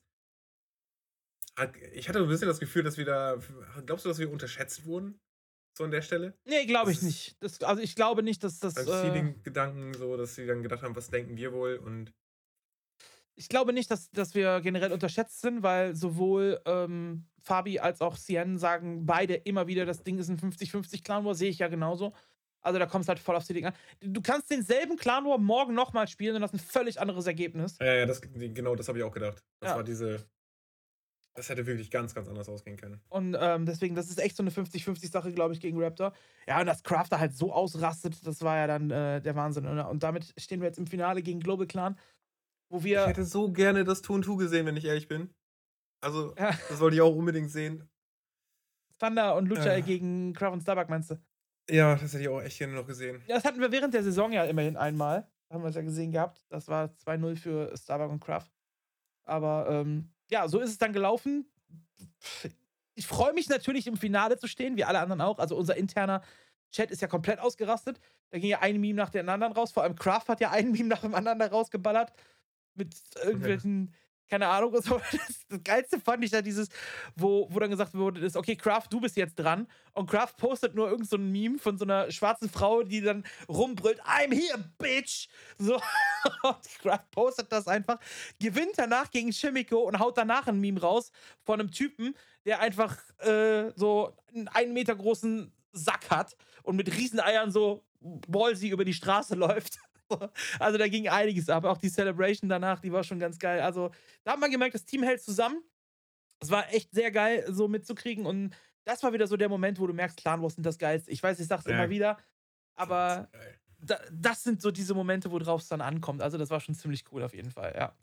hat, ich hatte ein bisschen das Gefühl, dass wir da, glaubst du, dass wir unterschätzt wurden? So an der Stelle? Nee, glaube ich Das ist- nicht. Das, also ich glaube nicht, dass das. Beim Äh, Seeding-Gedanken so, dass sie dann gedacht haben, was denken wir wohl und ich glaube nicht, dass, dass wir generell unterschätzt sind, weil sowohl ähm, Fabi als auch Cien sagen beide immer wieder, das Ding ist ein fünfzig fünfzig Clan War, sehe ich ja genauso. Also da kommt es halt voll auf Seeding an. Du kannst denselben Clan War morgen nochmal spielen und hast ein völlig anderes Ergebnis. ja, ja, das, genau das habe ich auch gedacht. Das Ja. war diese, das hätte wirklich ganz, ganz anders ausgehen können. Und ähm, deswegen, das ist echt so eine fünfzig fünfzig Sache, glaube ich, gegen Raptor. Ja, und dass Crafter halt so ausrastet, das war ja dann äh, der Wahnsinn. Oder? Und damit stehen wir jetzt im Finale gegen Global Clan, wo Ich wir. hätte so gerne das Two and Two gesehen, wenn ich ehrlich bin. Also, Ja, das wollte ich auch unbedingt sehen. Thunder und Lucha Äh. gegen Kraft und Starbuck, meinst du? Ja, das hätte ich auch echt gerne noch gesehen. Ja, das hatten wir während der Saison ja immerhin einmal. Haben wir es ja gesehen gehabt. Das war zwei null für Starbuck und Kraft. Aber ähm, ja, so ist es dann gelaufen. Ich freue mich natürlich im Finale zu stehen, wie alle anderen auch. Also unser interner Chat ist ja komplett ausgerastet. Da ging ja ein Meme nach dem anderen raus. Vor allem Kraft hat ja ein Meme nach dem anderen da rausgeballert. Mit irgendwelchen, keine Ahnung. Und so. Das, das Geilste fand ich ja dieses, wo, wo dann gesagt wurde, ist, okay, Kraft, du bist jetzt dran. Und Kraft postet nur irgend so ein Meme von so einer schwarzen Frau, die dann rumbrüllt, I'm here, bitch! So. Und Kraft postet das einfach, gewinnt danach gegen Shimiko und haut danach ein Meme raus von einem Typen, der einfach äh, so einen einen Meter großen Sack hat und mit Rieseneiern so ballsy über die Straße läuft. Also da ging einiges ab. Auch die Celebration danach, die war schon ganz geil. Also da hat man gemerkt, das Team hält zusammen. Es war echt sehr geil, so mitzukriegen. Und das war wieder so der Moment, wo du merkst, Clan Wars sind das Geilste. Ich weiß, ich sag's Ja. immer wieder, aber Das ist geil. da, das sind so diese Momente, worauf es dann ankommt. Also das war schon ziemlich cool auf jeden Fall, ja.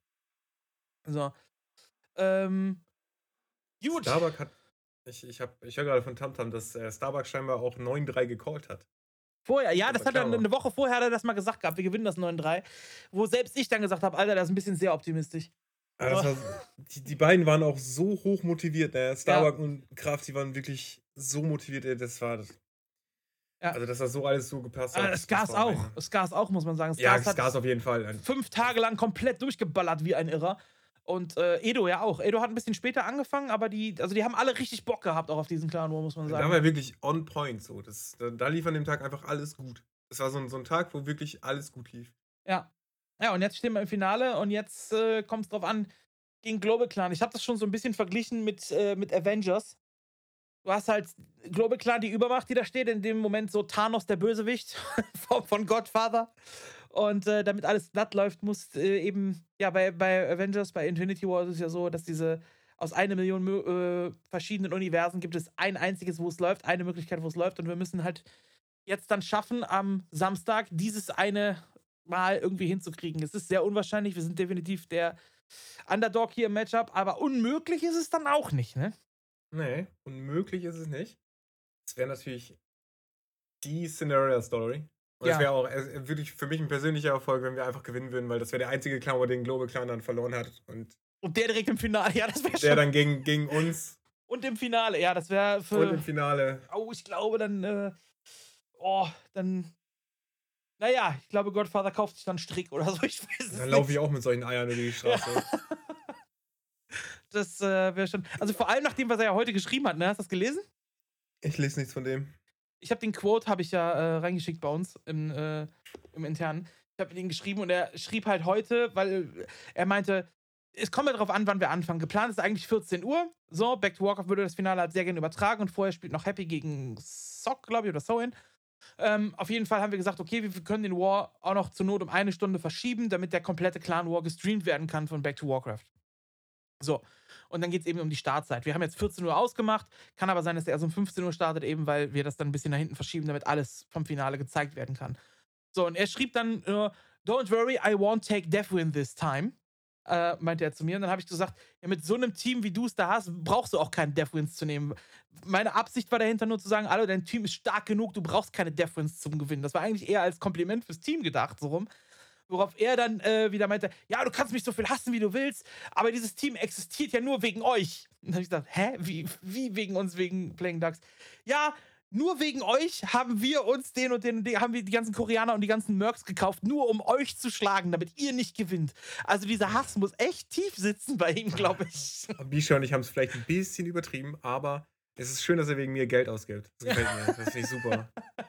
So. Ähm, gut. Starbuck hat. Ich, ich, hab- ich höre gerade von Tamtam, dass äh, Starbuck scheinbar auch neun drei gecallt hat. Vorher, ja, Aber das hat er klar. eine Woche vorher hat er das mal gesagt gehabt, wir gewinnen das neun drei. Wo selbst ich dann gesagt habe, Alter, das ist ein bisschen sehr optimistisch. Aber das war, die, die beiden waren auch so hoch motiviert. Ne? Starbuck und Kraft, die waren wirklich so motiviert. ey, Das war. Ja. Also, dass das so alles so gepasst Ah, hat. das Gas war auch. eine- Das Gas auch, muss man sagen. Ja, Skars das Gas auf jeden Fall. Ein- fünf Tage lang komplett durchgeballert wie ein Irrer. Und äh, Edo ja auch. Edo hat ein bisschen später angefangen, aber die, also die haben alle richtig Bock gehabt, auch auf diesen Clan War, muss man Da sagen. war wirklich on point. So. Das, da, da lief an dem Tag einfach alles gut. Das war so ein, so ein Tag, wo wirklich alles gut lief. Ja. Ja, und jetzt stehen wir im Finale und jetzt äh, kommt es drauf an, gegen Global Clan. Ich habe das schon so ein bisschen verglichen mit, äh, mit Avengers. Du hast halt Global Clan die Übermacht, die da steht, in dem Moment so Thanos, der Bösewicht von, von Godfather. Und äh, damit alles glatt läuft, muss äh, eben, ja, bei, bei Avengers, bei Infinity War ist es ja so, dass diese aus einer Million Mö- äh, verschiedenen Universen gibt es ein einziges, wo es läuft, eine Möglichkeit, wo es läuft. Und wir müssen halt jetzt dann schaffen, am Samstag dieses eine Mal irgendwie hinzukriegen. Es ist sehr unwahrscheinlich. Wir sind definitiv der Underdog hier im Matchup, aber unmöglich ist es dann auch nicht, ne? Nee, unmöglich ist es nicht. Es wäre natürlich die Cinderella-Story. Und es Ja. wäre auch äh, wirklich für mich ein persönlicher Erfolg, wenn wir einfach gewinnen würden, weil das wäre der einzige Clan, wo den Global Clan dann verloren hat. Und Und der direkt im Finale, ja, das wäre der schon. dann gegen, gegen uns Und im Finale, ja, das wäre und für. im Finale. Oh, ich glaube, dann. Äh, oh, dann. Naja, ich glaube, Godfather kauft sich dann Strick oder so. Ich weiß es Dann laufe nicht. ich auch mit solchen Eiern über die Straße. Das äh, wäre schon. Also vor allem nach dem, was er ja heute geschrieben hat, ne? Hast du das gelesen? Ich lese nichts von dem. Ich habe den Quote, habe ich ja äh, reingeschickt bei uns im, äh, im Internen. Ich habe den geschrieben und er schrieb halt heute, weil er meinte, es kommt ja darauf an, wann wir anfangen. Geplant ist eigentlich vierzehn Uhr. So, Back to Warcraft würde das Finale halt sehr gerne übertragen und vorher spielt noch Happy gegen Sock, glaube ich, oder Soin. Ähm, auf jeden Fall haben wir gesagt, okay, wir können den War auch noch zur Not um eine Stunde verschieben, damit der komplette Clan War gestreamt werden kann von Back to Warcraft. So, und dann geht es eben um die Startzeit. Wir haben jetzt vierzehn Uhr ausgemacht, kann aber sein, dass er erst um fünfzehn Uhr startet, eben weil wir das dann ein bisschen nach hinten verschieben, damit alles vom Finale gezeigt werden kann. So, und er schrieb dann, äh, Don't worry, I won't take Deathwin this time, äh, meinte er zu mir. Und dann habe ich gesagt, ja, mit so einem Team, wie du es da hast, brauchst du auch keinen Deathwins zu nehmen. Meine Absicht war dahinter nur zu sagen, Alter, dein Team ist stark genug, du brauchst keine Deathwins zum Gewinnen. Das war eigentlich eher als Kompliment fürs Team gedacht, so rum. Worauf er dann äh, wieder meinte, ja, du kannst mich so viel hassen, wie du willst, aber dieses Team existiert ja nur wegen euch. Und dann habe ich gesagt, hä? Wie, wie wegen uns, wegen Playing Ducks? Ja, nur wegen euch haben wir uns den und den, und den haben wir die ganzen Koreaner und die ganzen Mercs gekauft, nur um euch zu schlagen, damit ihr nicht gewinnt. Also dieser Hass muss echt tief sitzen bei ihm, glaube ich. Bisha und ich haben es vielleicht ein bisschen übertrieben, aber es ist schön, dass er wegen mir Geld ausgibt. Das gefällt mir. Das finde ich super.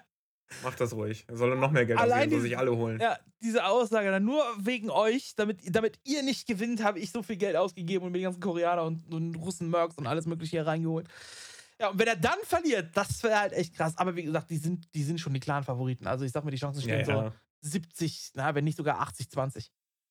Macht das ruhig. Er soll dann noch mehr Geld Allein ausgeben, soll die- sich alle holen. Ja, diese Aussage, dann nur wegen euch, damit, damit ihr nicht gewinnt, habe ich so viel Geld ausgegeben und mir die ganzen Koreaner und, und Russen, Mercs und alles mögliche hier reingeholt. Ja, und wenn er dann verliert, das wäre halt echt krass. Aber wie gesagt, die sind, die sind schon die Clan-Favoriten. Also ich sag mir, die Chancen stehen Ja, ja. so siebzig, na, wenn nicht sogar achtzig, zwanzig.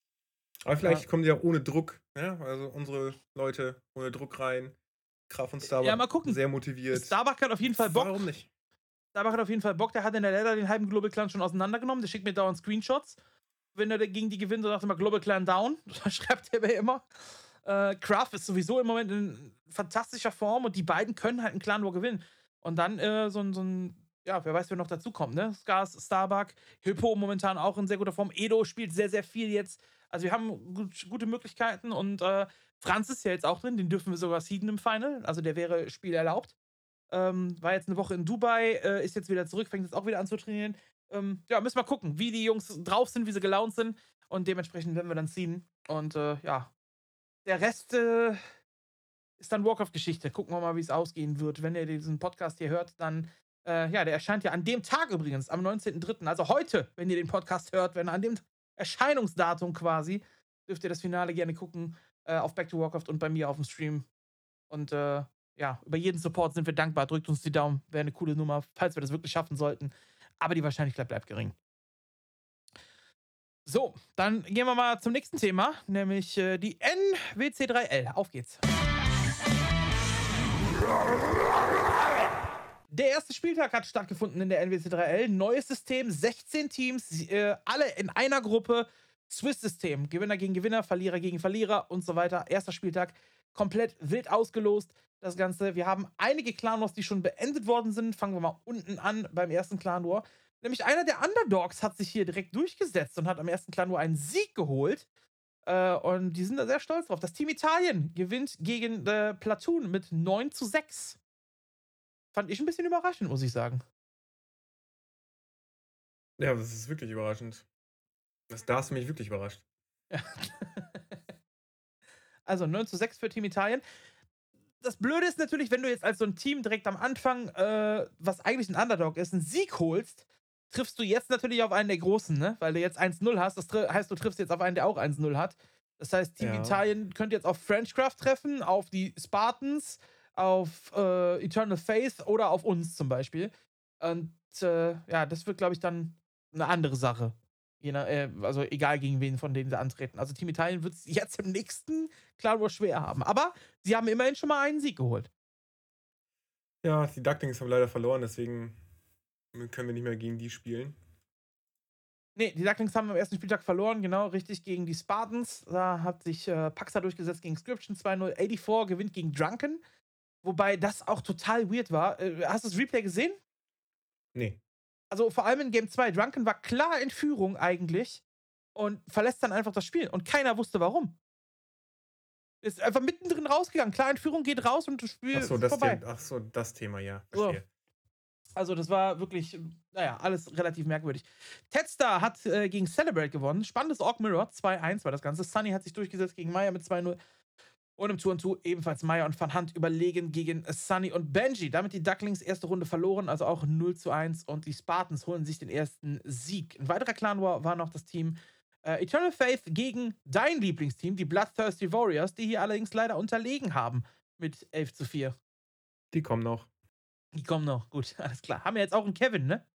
Aber vielleicht Ja. kommen die auch ohne Druck. Ja? Also unsere Leute ohne Druck rein. Kraft und Starbuck Ja, mal gucken. sehr motiviert. Starbuck hat auf jeden Fall Bock. Warum nicht? Starbuck hat auf jeden Fall Bock. Der hat in der Ladder den halben Global Clan schon auseinandergenommen. Der schickt mir dauernd Screenshots. Wenn er gegen die gewinnt, so sagt er immer Global Clan down. Das schreibt er mir immer. Äh, Kraft ist sowieso im Moment in fantastischer Form und die beiden können halt einen Clan War gewinnen. Und dann äh, so, ein- so ein, ja, wer weiß, wer noch dazu kommt, ne? Skars, Starbuck, Hippo momentan auch in sehr guter Form. Edo spielt sehr, sehr viel jetzt. Also wir haben gut, gute Möglichkeiten und äh, Franz ist ja jetzt auch drin, den dürfen wir sogar seeden im Final. Also der wäre Spiel erlaubt. Ähm, war jetzt eine Woche in Dubai, äh, ist jetzt wieder zurück, fängt jetzt auch wieder an zu trainieren. Ähm, ja, müssen wir gucken, wie die Jungs drauf sind, wie sie gelaunt sind. Und dementsprechend werden wir dann ziehen. Und äh, ja, der Rest äh, ist dann Warcraft-Geschichte. Gucken wir mal, wie es ausgehen wird. Wenn ihr diesen Podcast hier hört, dann, äh, ja, der erscheint ja an dem Tag übrigens, am neunzehnten dritten Also heute, wenn ihr den Podcast hört, wenn an dem Erscheinungsdatum quasi, dürft ihr das Finale gerne gucken äh, auf Back to Warcraft und bei mir auf dem Stream. Und äh, ja, über jeden Support sind wir dankbar. Drückt uns die Daumen. Wäre eine coole Nummer, falls wir das wirklich schaffen sollten. Aber die Wahrscheinlichkeit bleibt gering. So, dann gehen wir mal zum nächsten Thema, nämlich äh, die N W C drei L. Auf geht's. Der erste Spieltag hat stattgefunden in der N W C drei L. Neues System, sechzehn Teams, äh, alle in einer Gruppe. Swiss-System, Gewinner gegen Gewinner, Verlierer gegen Verlierer und so weiter. Erster Spieltag, komplett wild ausgelost, das Ganze. Wir haben einige Clan Wars, die schon beendet worden sind. Fangen wir mal unten an beim ersten Clan War. Nämlich einer der Underdogs hat sich hier direkt durchgesetzt und hat am ersten Clan War einen Sieg geholt. Äh, und die sind da sehr stolz drauf. Das Team Italien gewinnt gegen äh, Platoon mit neun zu sechs. Fand ich ein bisschen überraschend, muss ich sagen. Ja, das ist wirklich überraschend. Das, da hast du mich wirklich überrascht. Ja. Also neun zu sechs für Team Italien. Das Blöde ist natürlich, wenn du jetzt als so ein Team direkt am Anfang, äh, was eigentlich ein Underdog ist, einen Sieg holst, triffst du jetzt natürlich auf einen der Großen, ne? Weil du jetzt eins null hast. Das heißt, du triffst jetzt auf einen, der auch eins null hat. Das heißt, Team Ja. Italien könnte jetzt auf Frenchcraft treffen, auf die Spartans, auf äh, Eternal Faith oder auf uns zum Beispiel. Und äh, ja, das wird, glaube ich, dann eine andere Sache. Je nach, äh, also egal gegen wen von denen sie antreten. Also Team Italien wird es jetzt im nächsten Clan War schwer haben. Aber sie haben immerhin schon mal einen Sieg geholt. Ja, die Ducklings haben leider verloren, deswegen können wir nicht mehr gegen die spielen. Nee, die Ducklings haben am ersten Spieltag verloren, genau, richtig, gegen die Spartans. Da hat sich äh, Paxa durchgesetzt gegen Scription zwei null. vierundachtzig gewinnt gegen Drunken. Wobei das auch total weird war. Äh, hast du das Replay gesehen? Nee. Also vor allem in Game zwei. Drunken war klar in Führung eigentlich und verlässt dann einfach das Spiel. Und keiner wusste warum. Ist einfach mittendrin rausgegangen. Klar in Führung, geht raus und das Spiel Ach so, ist das vorbei. Thema, ach so, das Thema, ja. So. Verstehe. Also das war wirklich, naja, alles relativ merkwürdig. Tedstar hat äh, gegen Celebrate gewonnen. Spannendes Orc Mirror, zwei eins war das Ganze. Sunny hat sich durchgesetzt gegen Maya mit zwei null. Und im zwei zwei ebenfalls Maya und Van Hunt überlegen gegen Sunny und Benji. Damit die Ducklings erste Runde verloren, also auch null zu eins. Und die Spartans holen sich den ersten Sieg. Ein weiterer Clan War war noch das Team äh, Eternal Faith gegen dein Lieblingsteam, die Bloodthirsty Warriors, die hier allerdings leider unterlegen haben mit elf zu vier. Die kommen noch. Die kommen noch, gut, alles klar. Haben wir jetzt auch einen Kevin, ne?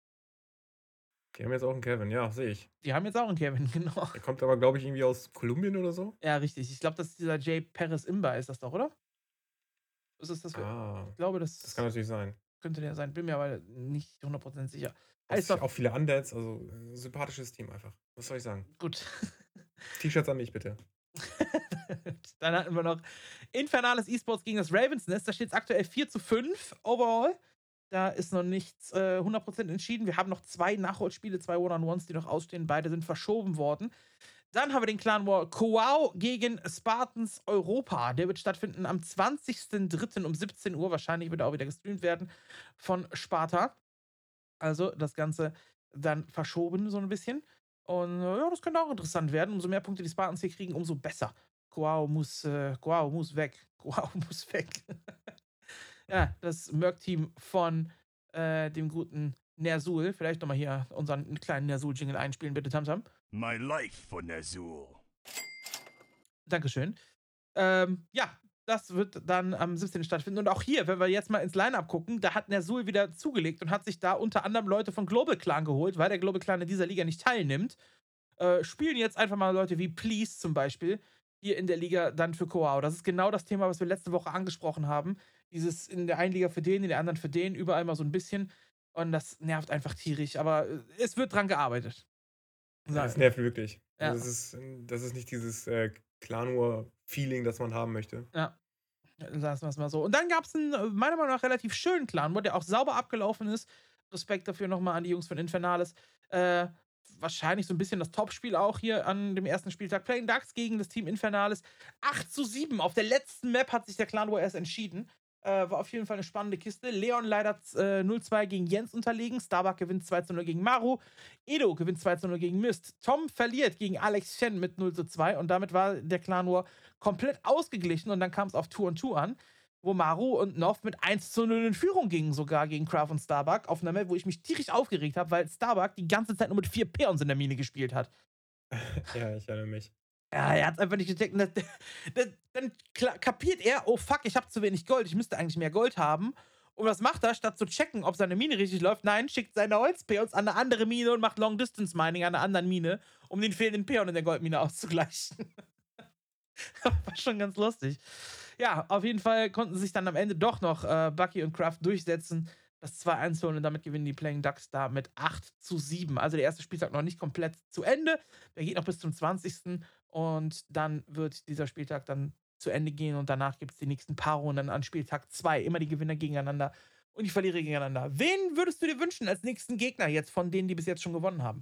Die haben jetzt auch einen Kevin, ja, sehe ich. Die haben jetzt auch einen Kevin, genau. Der kommt aber, glaube ich, irgendwie aus Kolumbien oder so. Ja, richtig. Ich glaube, das ist dieser Jay Perez Imba, ist das doch, oder? Ist das das? Ah, Ich glaube, das, das kann natürlich sein. könnte der sein. Bin mir aber nicht hundert Prozent sicher. Auch, Heißt doch, auch viele Undeads, also äh, sympathisches Team einfach. Was soll ich sagen? gut. T-Shirts an mich, bitte. Dann hatten wir noch Infernales Esports gegen das Ravens Nest. Da steht es aktuell vier zu fünf overall. Da ist noch nichts äh, hundert Prozent entschieden. Wir haben noch zwei Nachholspiele, zwei One-on-Ones, die noch ausstehen. Beide sind verschoben worden. Dann haben wir den Clan War Coao gegen Spartans Europa. Der wird stattfinden am zwanzigsten dritten um siebzehn Uhr. Wahrscheinlich wird er auch wieder gestreamt werden von Sparta. Also das Ganze dann verschoben so ein bisschen. Und äh, ja, das könnte auch interessant werden. Umso mehr Punkte die Spartans hier kriegen, umso besser. Coao muss, äh, Coao muss weg. Coao muss weg. Ja, das Merc-Team von äh, dem guten Ner'zhul. Vielleicht nochmal hier unseren kleinen Ner'zhul-Jingle einspielen, bitte, Tamtam. My life for Ner'zhul. Dankeschön. Ähm, ja, das wird dann am siebzehnten stattfinden. Und auch hier, wenn wir jetzt mal ins Line-Up gucken, da hat Ner'zhul wieder zugelegt und hat sich da unter anderem Leute von Global Clan geholt, weil der Global Clan in dieser Liga nicht teilnimmt. Äh, spielen jetzt einfach mal Leute wie Please zum Beispiel hier in der Liga dann für Coao. Das ist genau das Thema, was wir letzte Woche angesprochen haben. Dieses in der einen Liga für den, in der anderen für den, überall mal so ein bisschen. Und das nervt einfach tierisch. Aber es wird dran gearbeitet. Das nervt wirklich. Ja. Das, ist, das ist nicht dieses äh, Clan War-Feeling, das man haben möchte. Ja, lassen wir es mal so. Und dann gab es einen, meiner Meinung nach, relativ schönen Clan War, der auch sauber abgelaufen ist. Respekt dafür nochmal an die Jungs von Infernales. Äh, wahrscheinlich so ein bisschen das Topspiel auch hier an dem ersten Spieltag. Playing Ducks gegen das Team Infernales. acht zu sieben. Auf der letzten Map hat sich der Clan War erst entschieden. Äh, war auf jeden Fall eine spannende Kiste. Leon leider äh, null zwei gegen Jens unterlegen. Starbuck gewinnt zwei zu null gegen Maru. Edo gewinnt zwei zu null gegen Myst. Tom verliert gegen Alex Shen mit null zu zwei. Und damit war der Clan War komplett ausgeglichen. Und dann kam es auf zwei und zwei an, wo Maru und Nov mit eins zu null in Führung gingen, sogar gegen Kraft und Starbuck. Auf einer Map, wo ich mich tierisch aufgeregt habe, weil Starbuck die ganze Zeit nur mit vier Peons in der Mine gespielt hat. Ja, ich erinnere mich. Ja, er hat es einfach nicht gecheckt. Und das, das, dann kla- kapiert er, oh fuck, ich habe zu wenig Gold, ich müsste eigentlich mehr Gold haben. Und was macht er? Statt zu checken, ob seine Mine richtig läuft, nein, schickt seine Holzpeons an eine andere Mine und macht Long-Distance-Mining an einer anderen Mine, um den fehlenden Peon in der Goldmine auszugleichen. War schon ganz lustig. Ja, auf jeden Fall konnten sich dann am Ende doch noch äh, Bucky und Kraft durchsetzen. Das zwei eins holen und damit gewinnen die Playing Ducks da mit acht zu sieben. Also der erste Spieltag noch nicht komplett zu Ende. Der geht noch bis zum zwanzigsten Und dann wird dieser Spieltag dann zu Ende gehen und danach gibt es die nächsten paar Runden an Spieltag zwei. Immer die Gewinner gegeneinander und die Verlierer gegeneinander. Wen würdest du dir wünschen als nächsten Gegner jetzt von denen, die bis jetzt schon gewonnen haben?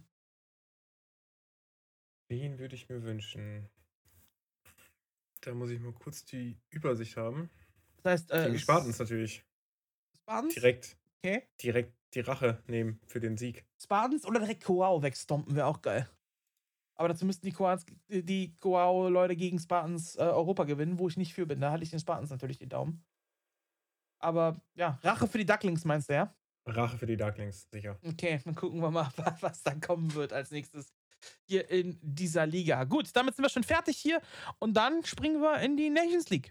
Wen würde ich mir wünschen? Da muss ich mal kurz die Übersicht haben. Das heißt, äh, Gegen die Spartans natürlich. Spartans? Direkt, Okay. direkt die Rache nehmen für den Sieg. Spartans oder direkt Koao wegstompen wäre auch geil. Aber dazu müssten die Koaos, die Koao-Leute gegen Spartans äh, Europa gewinnen, wo ich nicht für bin. Da halte ich den Spartans natürlich die Daumen. Aber ja, Rache für die Ducklings meinst du, ja? Rache für die Ducklings, sicher. Okay, dann gucken wir mal, was dann kommen wird als nächstes hier in dieser Liga. Gut, damit sind wir schon fertig hier und dann springen wir in die Nations League.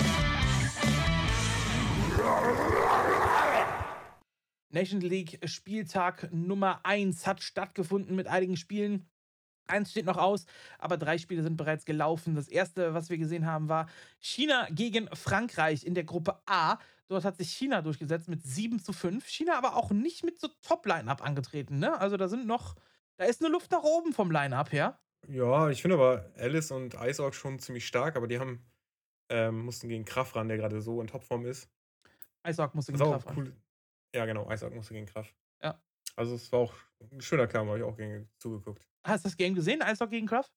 Nations League Spieltag Nummer eins hat stattgefunden mit einigen Spielen. Eins steht noch aus, aber drei Spiele sind bereits gelaufen. Das erste, was wir gesehen haben, war China gegen Frankreich in der Gruppe A. Dort hat sich China durchgesetzt mit sieben zu fünf. China aber auch nicht mit so Top-Line-Up angetreten, ne? Also da sind noch, da ist eine Luft nach oben vom Line-Up her. Ja, ich finde aber Alice und Iceorg schon ziemlich stark, aber die haben ähm, mussten gegen Kraft ran, der gerade so in Topform ist. Iceorg musste Das gegen ist auch Kraft ran. cool. Ja, genau, Iceorg musste gegen Kraft. Ja. Also es war auch ein schöner Kampf, habe ich auch gegen zugeguckt. Hast du das Game gesehen, Iceorg gegen Kraft?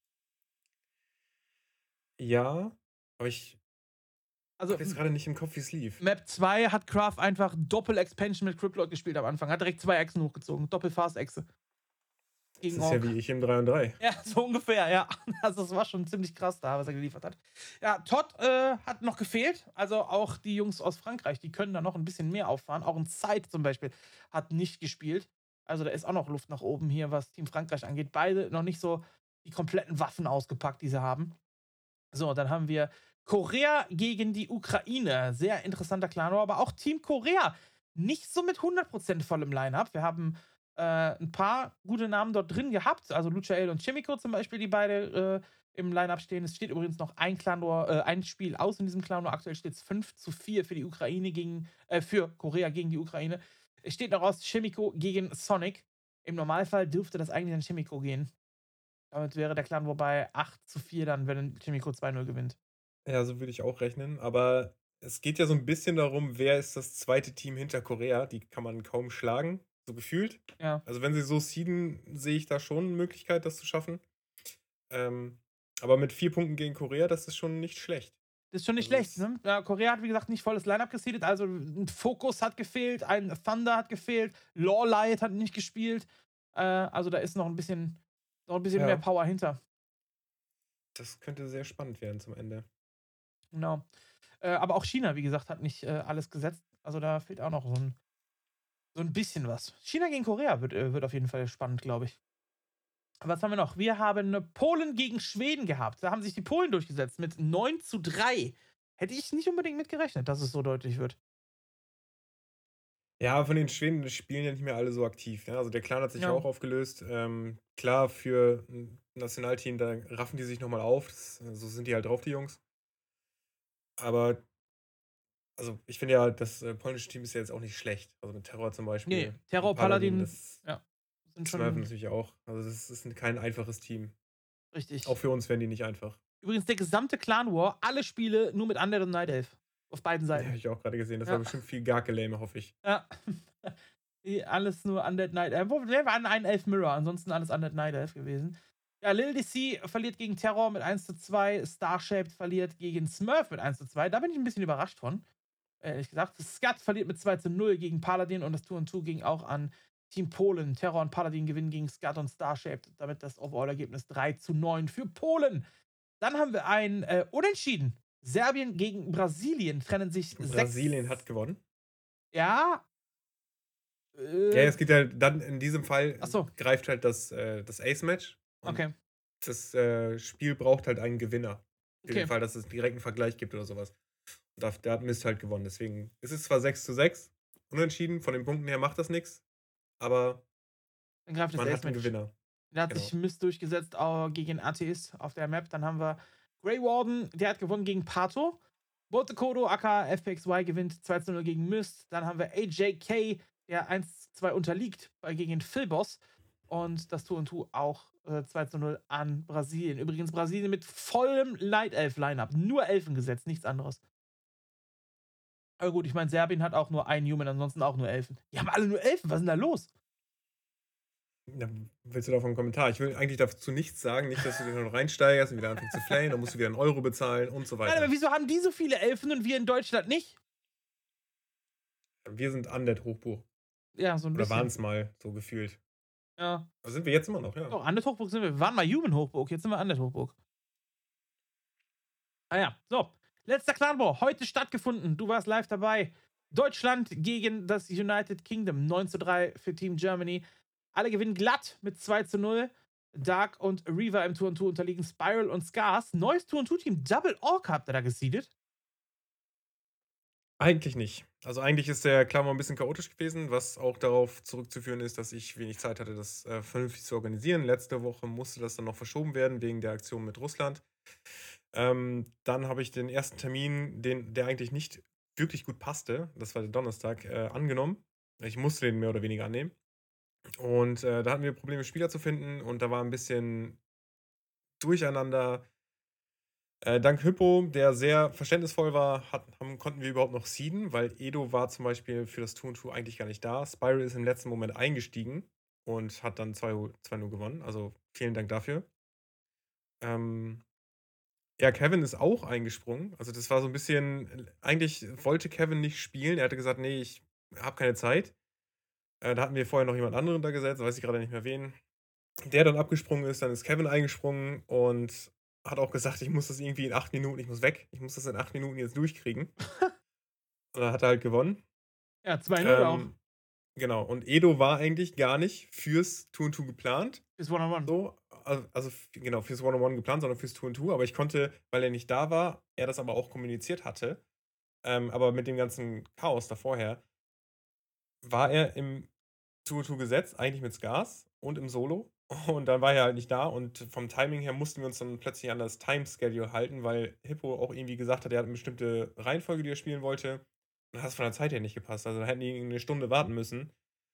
Ja, aber ich Also habe jetzt gerade nicht im Kopf, wie es lief. Map zwei hat Kraft einfach Doppel-Expansion mit Criplord gespielt am Anfang. Hat direkt zwei Echsen hochgezogen. Doppel-Fast-Echse. Das Gegen ist ja Ork. wie ich im drei und drei. Ja, so ungefähr, ja. Also es war schon ziemlich krass da, was er geliefert hat. Ja, Todd äh, hat noch gefehlt. Also auch die Jungs aus Frankreich, die können da noch ein bisschen mehr auffahren. Auch ein Zeit zum Beispiel hat nicht gespielt. Also da ist auch noch Luft nach oben hier, was Team Frankreich angeht. Beide noch nicht so die kompletten Waffen ausgepackt, die sie haben. So, dann haben wir Korea gegen die Ukraine. Sehr interessanter Clan, aber auch Team Korea nicht so mit hundert Prozent vollem Line-Up. Wir haben äh, ein paar gute Namen dort drin gehabt. Also Luchael und Chimico zum Beispiel, die beide äh, im Line-Up stehen. Es steht übrigens noch ein Clan, äh, ein Spiel aus in diesem Clan. Aktuell steht es fünf zu vier für die Ukraine gegen, äh, für Korea gegen die Ukraine. Es steht noch aus Chimico gegen Sonic. Im Normalfall dürfte das eigentlich an Chimico gehen. Damit wäre der Clan wobei acht zu vier dann, wenn Chimico zwei null gewinnt. Ja, so würde ich auch rechnen. Aber es geht ja so ein bisschen darum, wer ist das zweite Team hinter Korea. Die kann man kaum schlagen, so gefühlt. Ja. Also wenn sie so seeden, sehe ich da schon eine Möglichkeit, das zu schaffen. Ähm, aber mit vier Punkten gegen Korea, das ist schon nicht schlecht. Das ist schon nicht Also schlecht, ne? Ja, Korea hat, wie gesagt, nicht volles Line-Up geseedet. Also ein Focus hat gefehlt, ein Thunder hat gefehlt, Lawlight hat nicht gespielt. Äh, also da ist noch ein bisschen, noch ein bisschen Ja. mehr Power hinter. Das könnte sehr spannend werden zum Ende. Genau. Äh, aber auch China, wie gesagt, hat nicht äh, alles gesetzt. Also da fehlt auch noch so ein, so ein bisschen was. China gegen Korea wird, äh, wird auf jeden Fall spannend, glaube ich. Was haben wir noch? Wir haben Polen gegen Schweden gehabt. Da haben sich die Polen durchgesetzt mit neun zu drei. Hätte ich nicht unbedingt mit gerechnet, dass es so deutlich wird. Ja, von den Schweden spielen ja nicht mehr alle so aktiv. Ja? Also der Clan hat sich Ja. auch aufgelöst. Ähm, klar, für ein Nationalteam, da raffen die sich nochmal auf. Das, so sind die halt drauf, die Jungs. Aber, also ich finde ja, das äh, polnische Team ist ja jetzt auch nicht schlecht. Also mit Terror zum Beispiel. Nee, Terror, und Paladin, Paladin, das ja, sind Smurfen schon natürlich auch. Also das ist kein einfaches Team. richtig. Auch für uns wären die nicht einfach. Übrigens, der gesamte Clan War, alle Spiele nur mit Undead und Night Elf. Auf beiden Ja, habe Seiten. ich auch gerade gesehen. Das Ja. war bestimmt viel Garkelame, hoffe ich. Ja. Die- alles nur Undead Night Elf. Wo- Der war ein Elf Mirror, ansonsten alles Undead Night Elf gewesen. Ja, Lil D C verliert gegen Terror mit eins zu zwei. Starshaped verliert gegen Smurf mit eins zu zwei. Da bin ich ein bisschen überrascht von. ehrlich gesagt. Skat verliert mit zwei zu null gegen Paladin und das zwei und zwei ging auch an Team Polen. Terror und Paladin gewinnen gegen Skat und Starshaped. Damit das Overall-Ergebnis drei zu neun für Polen. Dann haben wir ein äh, Unentschieden. Serbien gegen Brasilien trennen sich Brasilien sechs. hat gewonnen. Ja. Äh, Ja, es geht halt dann in diesem Fall, Ach so. greift halt das, äh, das Ace-Match. Und Okay. Das äh, Spiel braucht halt einen Gewinner. Für Okay. den Fall, dass es direkt einen Vergleich gibt oder sowas. Und da, der hat Mist halt gewonnen. Deswegen ist es zwar sechs zu sechs, unentschieden, von den Punkten her macht das nichts, aber Dann greift das man hat einen Ace-Match. Gewinner. Da hat Genau. sich Mist durchgesetzt äh, gegen Atheist auf der Map. Dann haben wir Grey Warden, der hat gewonnen gegen Pato. Botekodo, aka F P X Y, gewinnt zwei zu null gegen Mist. Dann haben wir A J K, der eins zu zwei unterliegt bei, gegen Philboss. Und das zwei und zwei auch äh, zwei zu null an Brasilien. Übrigens Brasilien mit vollem Light Elf Lineup. Nur Elfen gesetzt, nichts anderes. Aber gut, ich meine, Serbien hat auch nur einen Human, ansonsten auch nur Elfen. Die haben alle nur Elfen, was ist denn da los? Ja, willst du davon einen Kommentar? Ich will eigentlich dazu nichts sagen, nicht, dass du dich noch reinsteigerst und wieder anfängst zu flayen, dann musst du wieder einen Euro bezahlen und so Nein, weiter. aber wieso haben die so viele Elfen und wir in Deutschland nicht? Wir sind Undead Hochburg. Ja, so ein Oder bisschen. waren es mal, so gefühlt. Ja. Also sind wir jetzt immer noch, ja. Doch, Undead Hochburg sind wir. Wir waren mal Human Hochburg, jetzt sind wir Undead Hochburg. Ah ja, so. Letzter Clan War, heute stattgefunden. Du warst live dabei. Deutschland gegen das United Kingdom. neun zu drei für Team Germany. Alle gewinnen glatt mit zwei zu null. Dark und Reaver im zwei und zwei unterliegen Spiral und Scars. Neues zwei und zwei Team Double Orc habt ihr da gesiedet? Eigentlich nicht. Also eigentlich ist der Klammer ein bisschen chaotisch gewesen, was auch darauf zurückzuführen ist, dass ich wenig Zeit hatte, das äh, vernünftig zu organisieren. Letzte Woche musste das dann noch verschoben werden wegen der Aktion mit Russland. Ähm, dann habe ich den ersten Termin, den, der eigentlich nicht wirklich gut passte, das war der Donnerstag, äh, angenommen. Ich musste den mehr oder weniger annehmen. Und äh, da hatten wir Probleme, Spieler zu finden und da war ein bisschen Durcheinander. Äh, dank Hypo, der sehr verständnisvoll war, hat, haben, konnten wir überhaupt noch seeden, weil Edo war zum Beispiel für das zwei und zwei eigentlich gar nicht da. Spiral ist im letzten Moment eingestiegen und hat dann zwei null gewonnen. Also vielen Dank dafür. Ähm, ja, Kevin ist auch eingesprungen. Also das war so ein bisschen, eigentlich wollte Kevin nicht spielen. Er hatte gesagt, nee, ich habe keine Zeit. Äh, da hatten wir vorher noch jemand anderen da gesetzt, weiß ich gerade nicht mehr wen. Der dann abgesprungen ist, dann ist Kevin eingesprungen und hat auch gesagt, ich muss das irgendwie in acht Minuten, ich muss weg, ich muss das in acht Minuten jetzt durchkriegen. Und dann hat er halt gewonnen. Ja, zwei null auch. Ähm, genau, und Edo war eigentlich gar nicht fürs zwei und zwei geplant. Ist One-on-One. So, also, also f- genau, fürs One-on-One geplant, sondern fürs zwei und zwei. Aber ich konnte, weil er nicht da war, er das aber auch kommuniziert hatte, ähm, aber mit dem ganzen Chaos davorher, war er im zwei und zwei gesetzt, eigentlich mit Scars und im Solo. Und dann war er halt nicht da und vom Timing her mussten wir uns dann plötzlich an das Time-Schedule halten, weil Hippo auch irgendwie gesagt hat, er hat eine bestimmte Reihenfolge, die er spielen wollte. Und dann hat es von der Zeit her nicht gepasst. Also da hätten die eine Stunde warten müssen.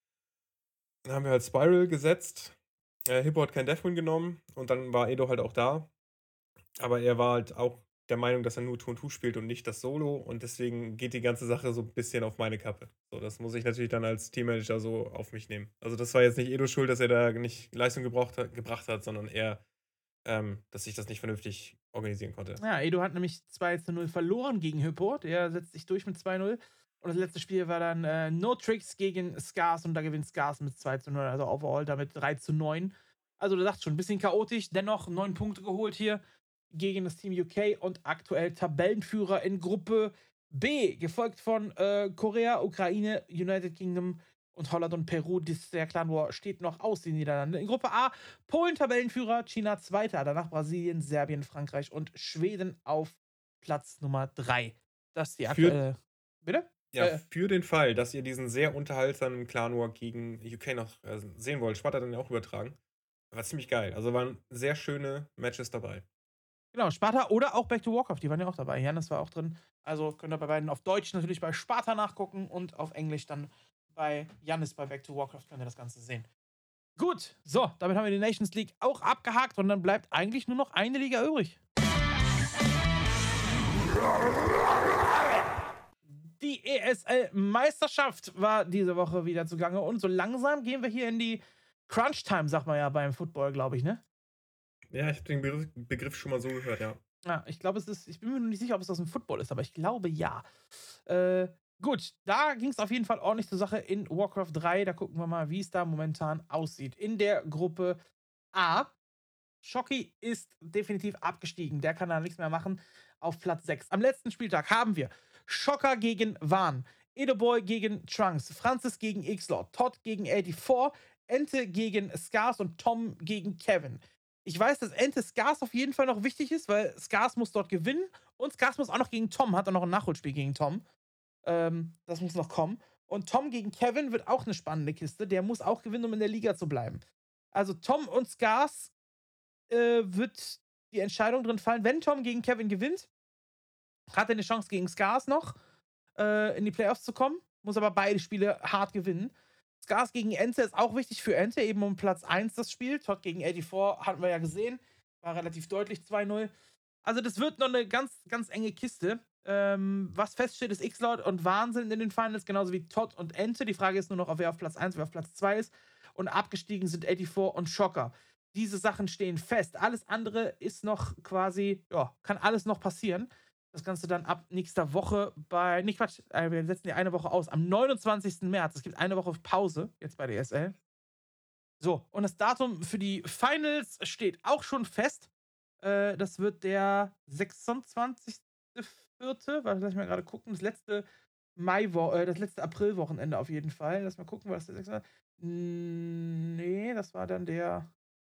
Dann haben wir halt Spiral gesetzt. Äh, Hippo hat keinen Deathwind genommen und dann war Edo halt auch da. Aber er war halt auch der Meinung, dass er nur zwei und zwei spielt und nicht das Solo. Und deswegen geht die ganze Sache so ein bisschen auf meine Kappe. So, das muss ich natürlich dann als Teammanager so auf mich nehmen. Also das war jetzt nicht Edos Schuld, dass er da nicht Leistung gebraucht hat, gebracht hat, sondern eher, ähm, dass ich das nicht vernünftig organisieren konnte. Ja, Edo hat nämlich zwei zu null verloren gegen Hypo. Der setzt sich durch mit zwei null. Und das letzte Spiel war dann äh, No Tricks gegen Scars und da gewinnt Scars mit zwei zu null. Also overall damit drei zu neun. Also du sagst schon, ein bisschen chaotisch. Dennoch neun Punkte geholt hier gegen das Team U K und aktuell Tabellenführer in Gruppe B, gefolgt von äh, Korea, Ukraine, United Kingdom und Holland und Peru. Dies, der Clan War steht noch aus, die Niederlande. In Gruppe A, Polen Tabellenführer, China Zweiter, danach Brasilien, Serbien, Frankreich und Schweden auf Platz Nummer drei. Das ist die aktuelle... Bitte? Ja, Äh. für den Fall, dass ihr diesen sehr unterhaltsamen Clan War gegen U K noch äh, sehen wollt, Spart hat dann ja auch übertragen. War ziemlich geil. Also waren sehr schöne Matches dabei. Genau, Sparta oder auch Back to Warcraft, die waren ja auch dabei. Janis war auch drin. Also könnt ihr bei beiden auf Deutsch natürlich bei Sparta nachgucken und auf Englisch dann bei Janis bei Back to Warcraft könnt ihr das Ganze sehen. Gut, so, damit haben wir die Nations League auch abgehakt und dann bleibt eigentlich nur noch eine Liga übrig. Die E S L-Meisterschaft war diese Woche wieder zugange und so langsam gehen wir hier in die Crunch-Time, sagt man ja beim Football, glaube ich, ne? Ja, ich habe den Begriff, Begriff schon mal so gehört, ja. Ja, ich glaube, es ist, ich bin mir noch nicht sicher, ob es aus dem Football ist, aber ich glaube ja. Äh, gut, da ging es auf jeden Fall ordentlich zur Sache in Warcraft drei. Da gucken wir mal, wie es da momentan aussieht. In der Gruppe A. Shocky ist definitiv abgestiegen. Der kann da nichts mehr machen. Auf Platz sechs. Am letzten Spieltag haben wir Shocker gegen Vahn, Edoboy gegen Trunks, Francis gegen X-Lord, Todd gegen vierundachtzig, Ente gegen Scars und Tom gegen Kevin. Ich weiß, dass Ente Scars auf jeden Fall noch wichtig ist, weil Scars muss dort gewinnen und Scars muss auch noch gegen Tom, hat auch noch ein Nachholspiel gegen Tom. Ähm, das muss noch kommen. Und Tom gegen Kevin wird auch eine spannende Kiste. Der muss auch gewinnen, um in der Liga zu bleiben. Also Tom und Scars äh, wird die Entscheidung drin fallen. Wenn Tom gegen Kevin gewinnt, hat er eine Chance gegen Scars noch äh, in die Playoffs zu kommen, muss aber beide Spiele hart gewinnen. Scars gegen Ente ist auch wichtig für Ente, eben um Platz eins das Spiel. Todd gegen vierundachtzig hatten wir ja gesehen, war relativ deutlich zwei null. Also das wird noch eine ganz, ganz enge Kiste. Ähm, was feststeht, ist X-Lord und Wahnsinn in den Finals, genauso wie Todd und Ente. Die Frage ist nur noch, ob wer auf Platz eins, wer auf Platz zwei ist. Und abgestiegen sind vierundachtzig und Shocker. Diese Sachen stehen fest. Alles andere ist noch quasi, ja, kann alles noch passieren. Das Ganze dann ab nächster Woche bei, nicht Quatsch, äh, wir setzen die eine Woche aus, am neunundzwanzigsten März. Es gibt eine Woche Pause jetzt bei der E S L. So, und das Datum für die Finals steht auch schon fest. Äh, das wird der sechsundzwanzigste vierte Warte, lass ich mal gerade gucken. Das letzte Mai äh, das letzte Aprilwochenende auf jeden Fall. Lass mal gucken, was der sechste Nee, das war dann der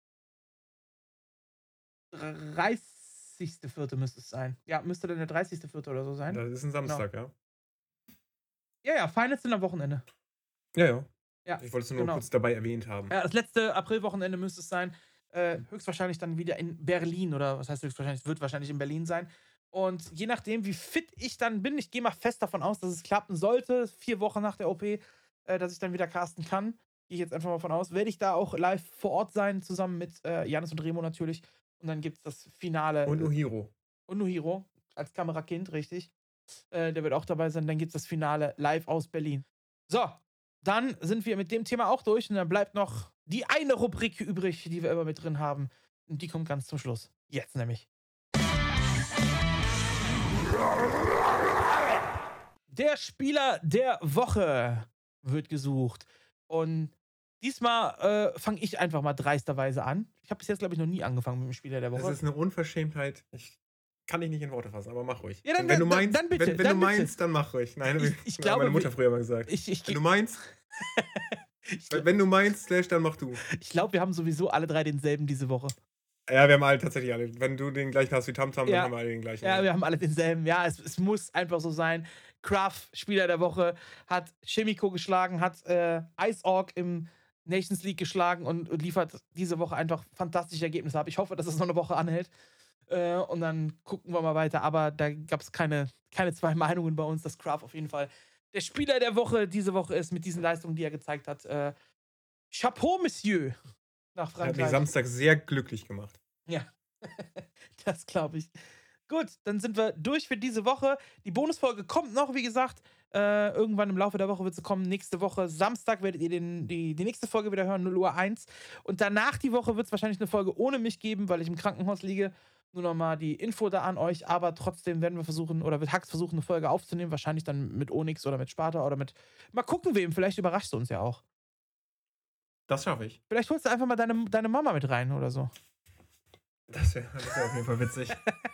dreißigste vierte müsste es sein. Ja, müsste dann der dreißigste vierte oder so sein. Das ist ein Samstag, genau. ja. Ja, ja, Finals sind am Wochenende. Ja, ja. Ja, ich wollte es nur genau. kurz dabei erwähnt haben. Ja, das letzte Aprilwochenende müsste es sein. Äh, höchstwahrscheinlich dann wieder in Berlin oder was heißt höchstwahrscheinlich, es wird wahrscheinlich in Berlin sein. Und je nachdem, wie fit ich dann bin, ich gehe mal fest davon aus, dass es klappen sollte, vier Wochen nach der O P, äh, dass ich dann wieder casten kann. Gehe ich jetzt einfach mal von aus. Werde ich da auch live vor Ort sein, zusammen mit äh, Janis und Remo natürlich. Und dann gibt es das Finale. Und Uhiro. Und Uhiro, als Kamerakind, richtig. Äh, der wird auch dabei sein. Dann gibt es das Finale live aus Berlin. So, dann sind wir mit dem Thema auch durch. Und dann bleibt noch die eine Rubrik übrig, die wir immer mit drin haben. Und die kommt ganz zum Schluss. Jetzt nämlich. Der Spieler der Woche wird gesucht. Und diesmal äh, fange ich einfach mal dreisterweise an. Ich habe bis jetzt, glaube ich, noch nie angefangen mit dem Spieler der Woche. Das ist eine Unverschämtheit. Ich kann dich nicht in Worte fassen, aber mach ruhig. Ja, dann, wenn dann, du meinst, dann bitte. Wenn, wenn dann du bitte. meinst, dann mach ruhig. Nein, ich, ich glaube, meine Mutter früher mal gesagt. Ich, ich, wenn du meinst, ich, wenn du meinst, slash, dann mach du. Ich glaube, wir haben sowieso alle drei denselben diese Woche. Ja, wir haben alle tatsächlich alle. Wenn du den gleichen hast wie Tamtam, Ja. dann haben wir alle den gleichen. Ja, wir haben alle denselben. Ja, es, es muss einfach so sein. Kraft, Spieler der Woche, hat Chemico geschlagen, hat äh, Ice Orc im Nations League geschlagen und, und liefert diese Woche einfach fantastische Ergebnisse ab. Ich hoffe, dass es noch eine Woche anhält. Äh, und dann gucken wir mal weiter. Aber da gab es keine, keine zwei Meinungen bei uns, dass Kraft auf jeden Fall der Spieler der Woche diese Woche ist mit diesen Leistungen, die er gezeigt hat. Äh, Chapeau, Monsieur. Nach Er hat mich Frankreich. Samstag sehr glücklich gemacht. Ja, das glaube ich. Gut, dann sind wir durch für diese Woche. Die Bonusfolge kommt noch, wie gesagt. Äh, irgendwann im Laufe der Woche wird sie kommen. Nächste Woche, Samstag, werdet ihr den, die, die nächste Folge wieder hören, null Uhr eins. Und danach die Woche wird es wahrscheinlich eine Folge ohne mich geben, weil ich im Krankenhaus liege. Nur nochmal die Info da an euch. Aber trotzdem werden wir versuchen, oder wird Hax versuchen, eine Folge aufzunehmen. Wahrscheinlich dann mit Onyx oder mit Sparta oder mit. Mal gucken, wem. Vielleicht überraschst du uns ja auch. Das schaffe ich. Vielleicht holst du einfach mal deine, deine Mama mit rein oder so. Das wäre wär auf jeden Fall witzig.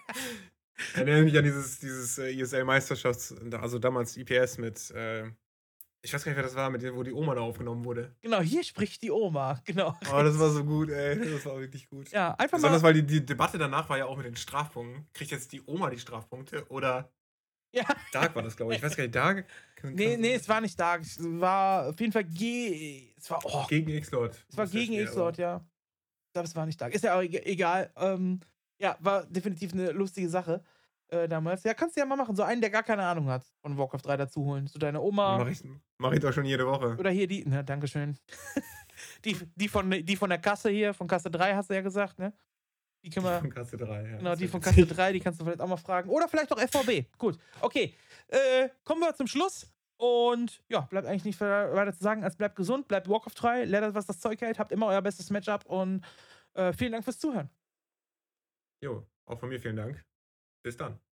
Ich erinnere mich an dieses, dieses äh, E S L-Meisterschafts-, also damals I P S mit, äh, ich weiß gar nicht, wer das war, mit dem, wo die Oma da aufgenommen wurde. Genau, hier spricht die Oma. Genau. Oh, das war so gut, ey. Das war wirklich gut. Ja, einfach Besonders, mal. weil die, die Debatte danach war ja auch mit den Strafpunkten. Kriegt jetzt die Oma die Strafpunkte oder Ja. Dark war das, glaube ich. Ich weiß gar nicht, Dark? Kann, Nee, kann- nee, es war nicht Dark. Es war auf jeden Fall G. Es war, oh, Gegen X-Lord. es war Das ist gegen schwer, X-Lord, ja. Ich glaube, es war nicht Dark. Ist ja auch eg- egal. Ähm, ja, war definitiv eine lustige Sache äh, damals. Ja, kannst du ja mal machen. So einen, der gar keine Ahnung hat von Warcraft drei dazu holen. So deine aber Oma. Mach ich, mach ich doch schon jede Woche. Oder hier die. Ne, Dankeschön. die, die, von, die von der Kasse hier, von Kasse drei hast du ja gesagt, ne? Die können wir. Von Kasse drei, ja. Genau, Das die wär von witzig. Kasse drei, die kannst du vielleicht auch mal fragen. Oder vielleicht auch F V B. Gut, okay. Äh, kommen wir zum Schluss. Und ja, bleibt eigentlich nicht weiter zu sagen, als bleibt gesund, bleibt Warcraft treu, lernt, was das Zeug hält, habt immer euer bestes Matchup und äh, vielen Dank fürs Zuhören. Jo, auch von mir vielen Dank. Bis dann.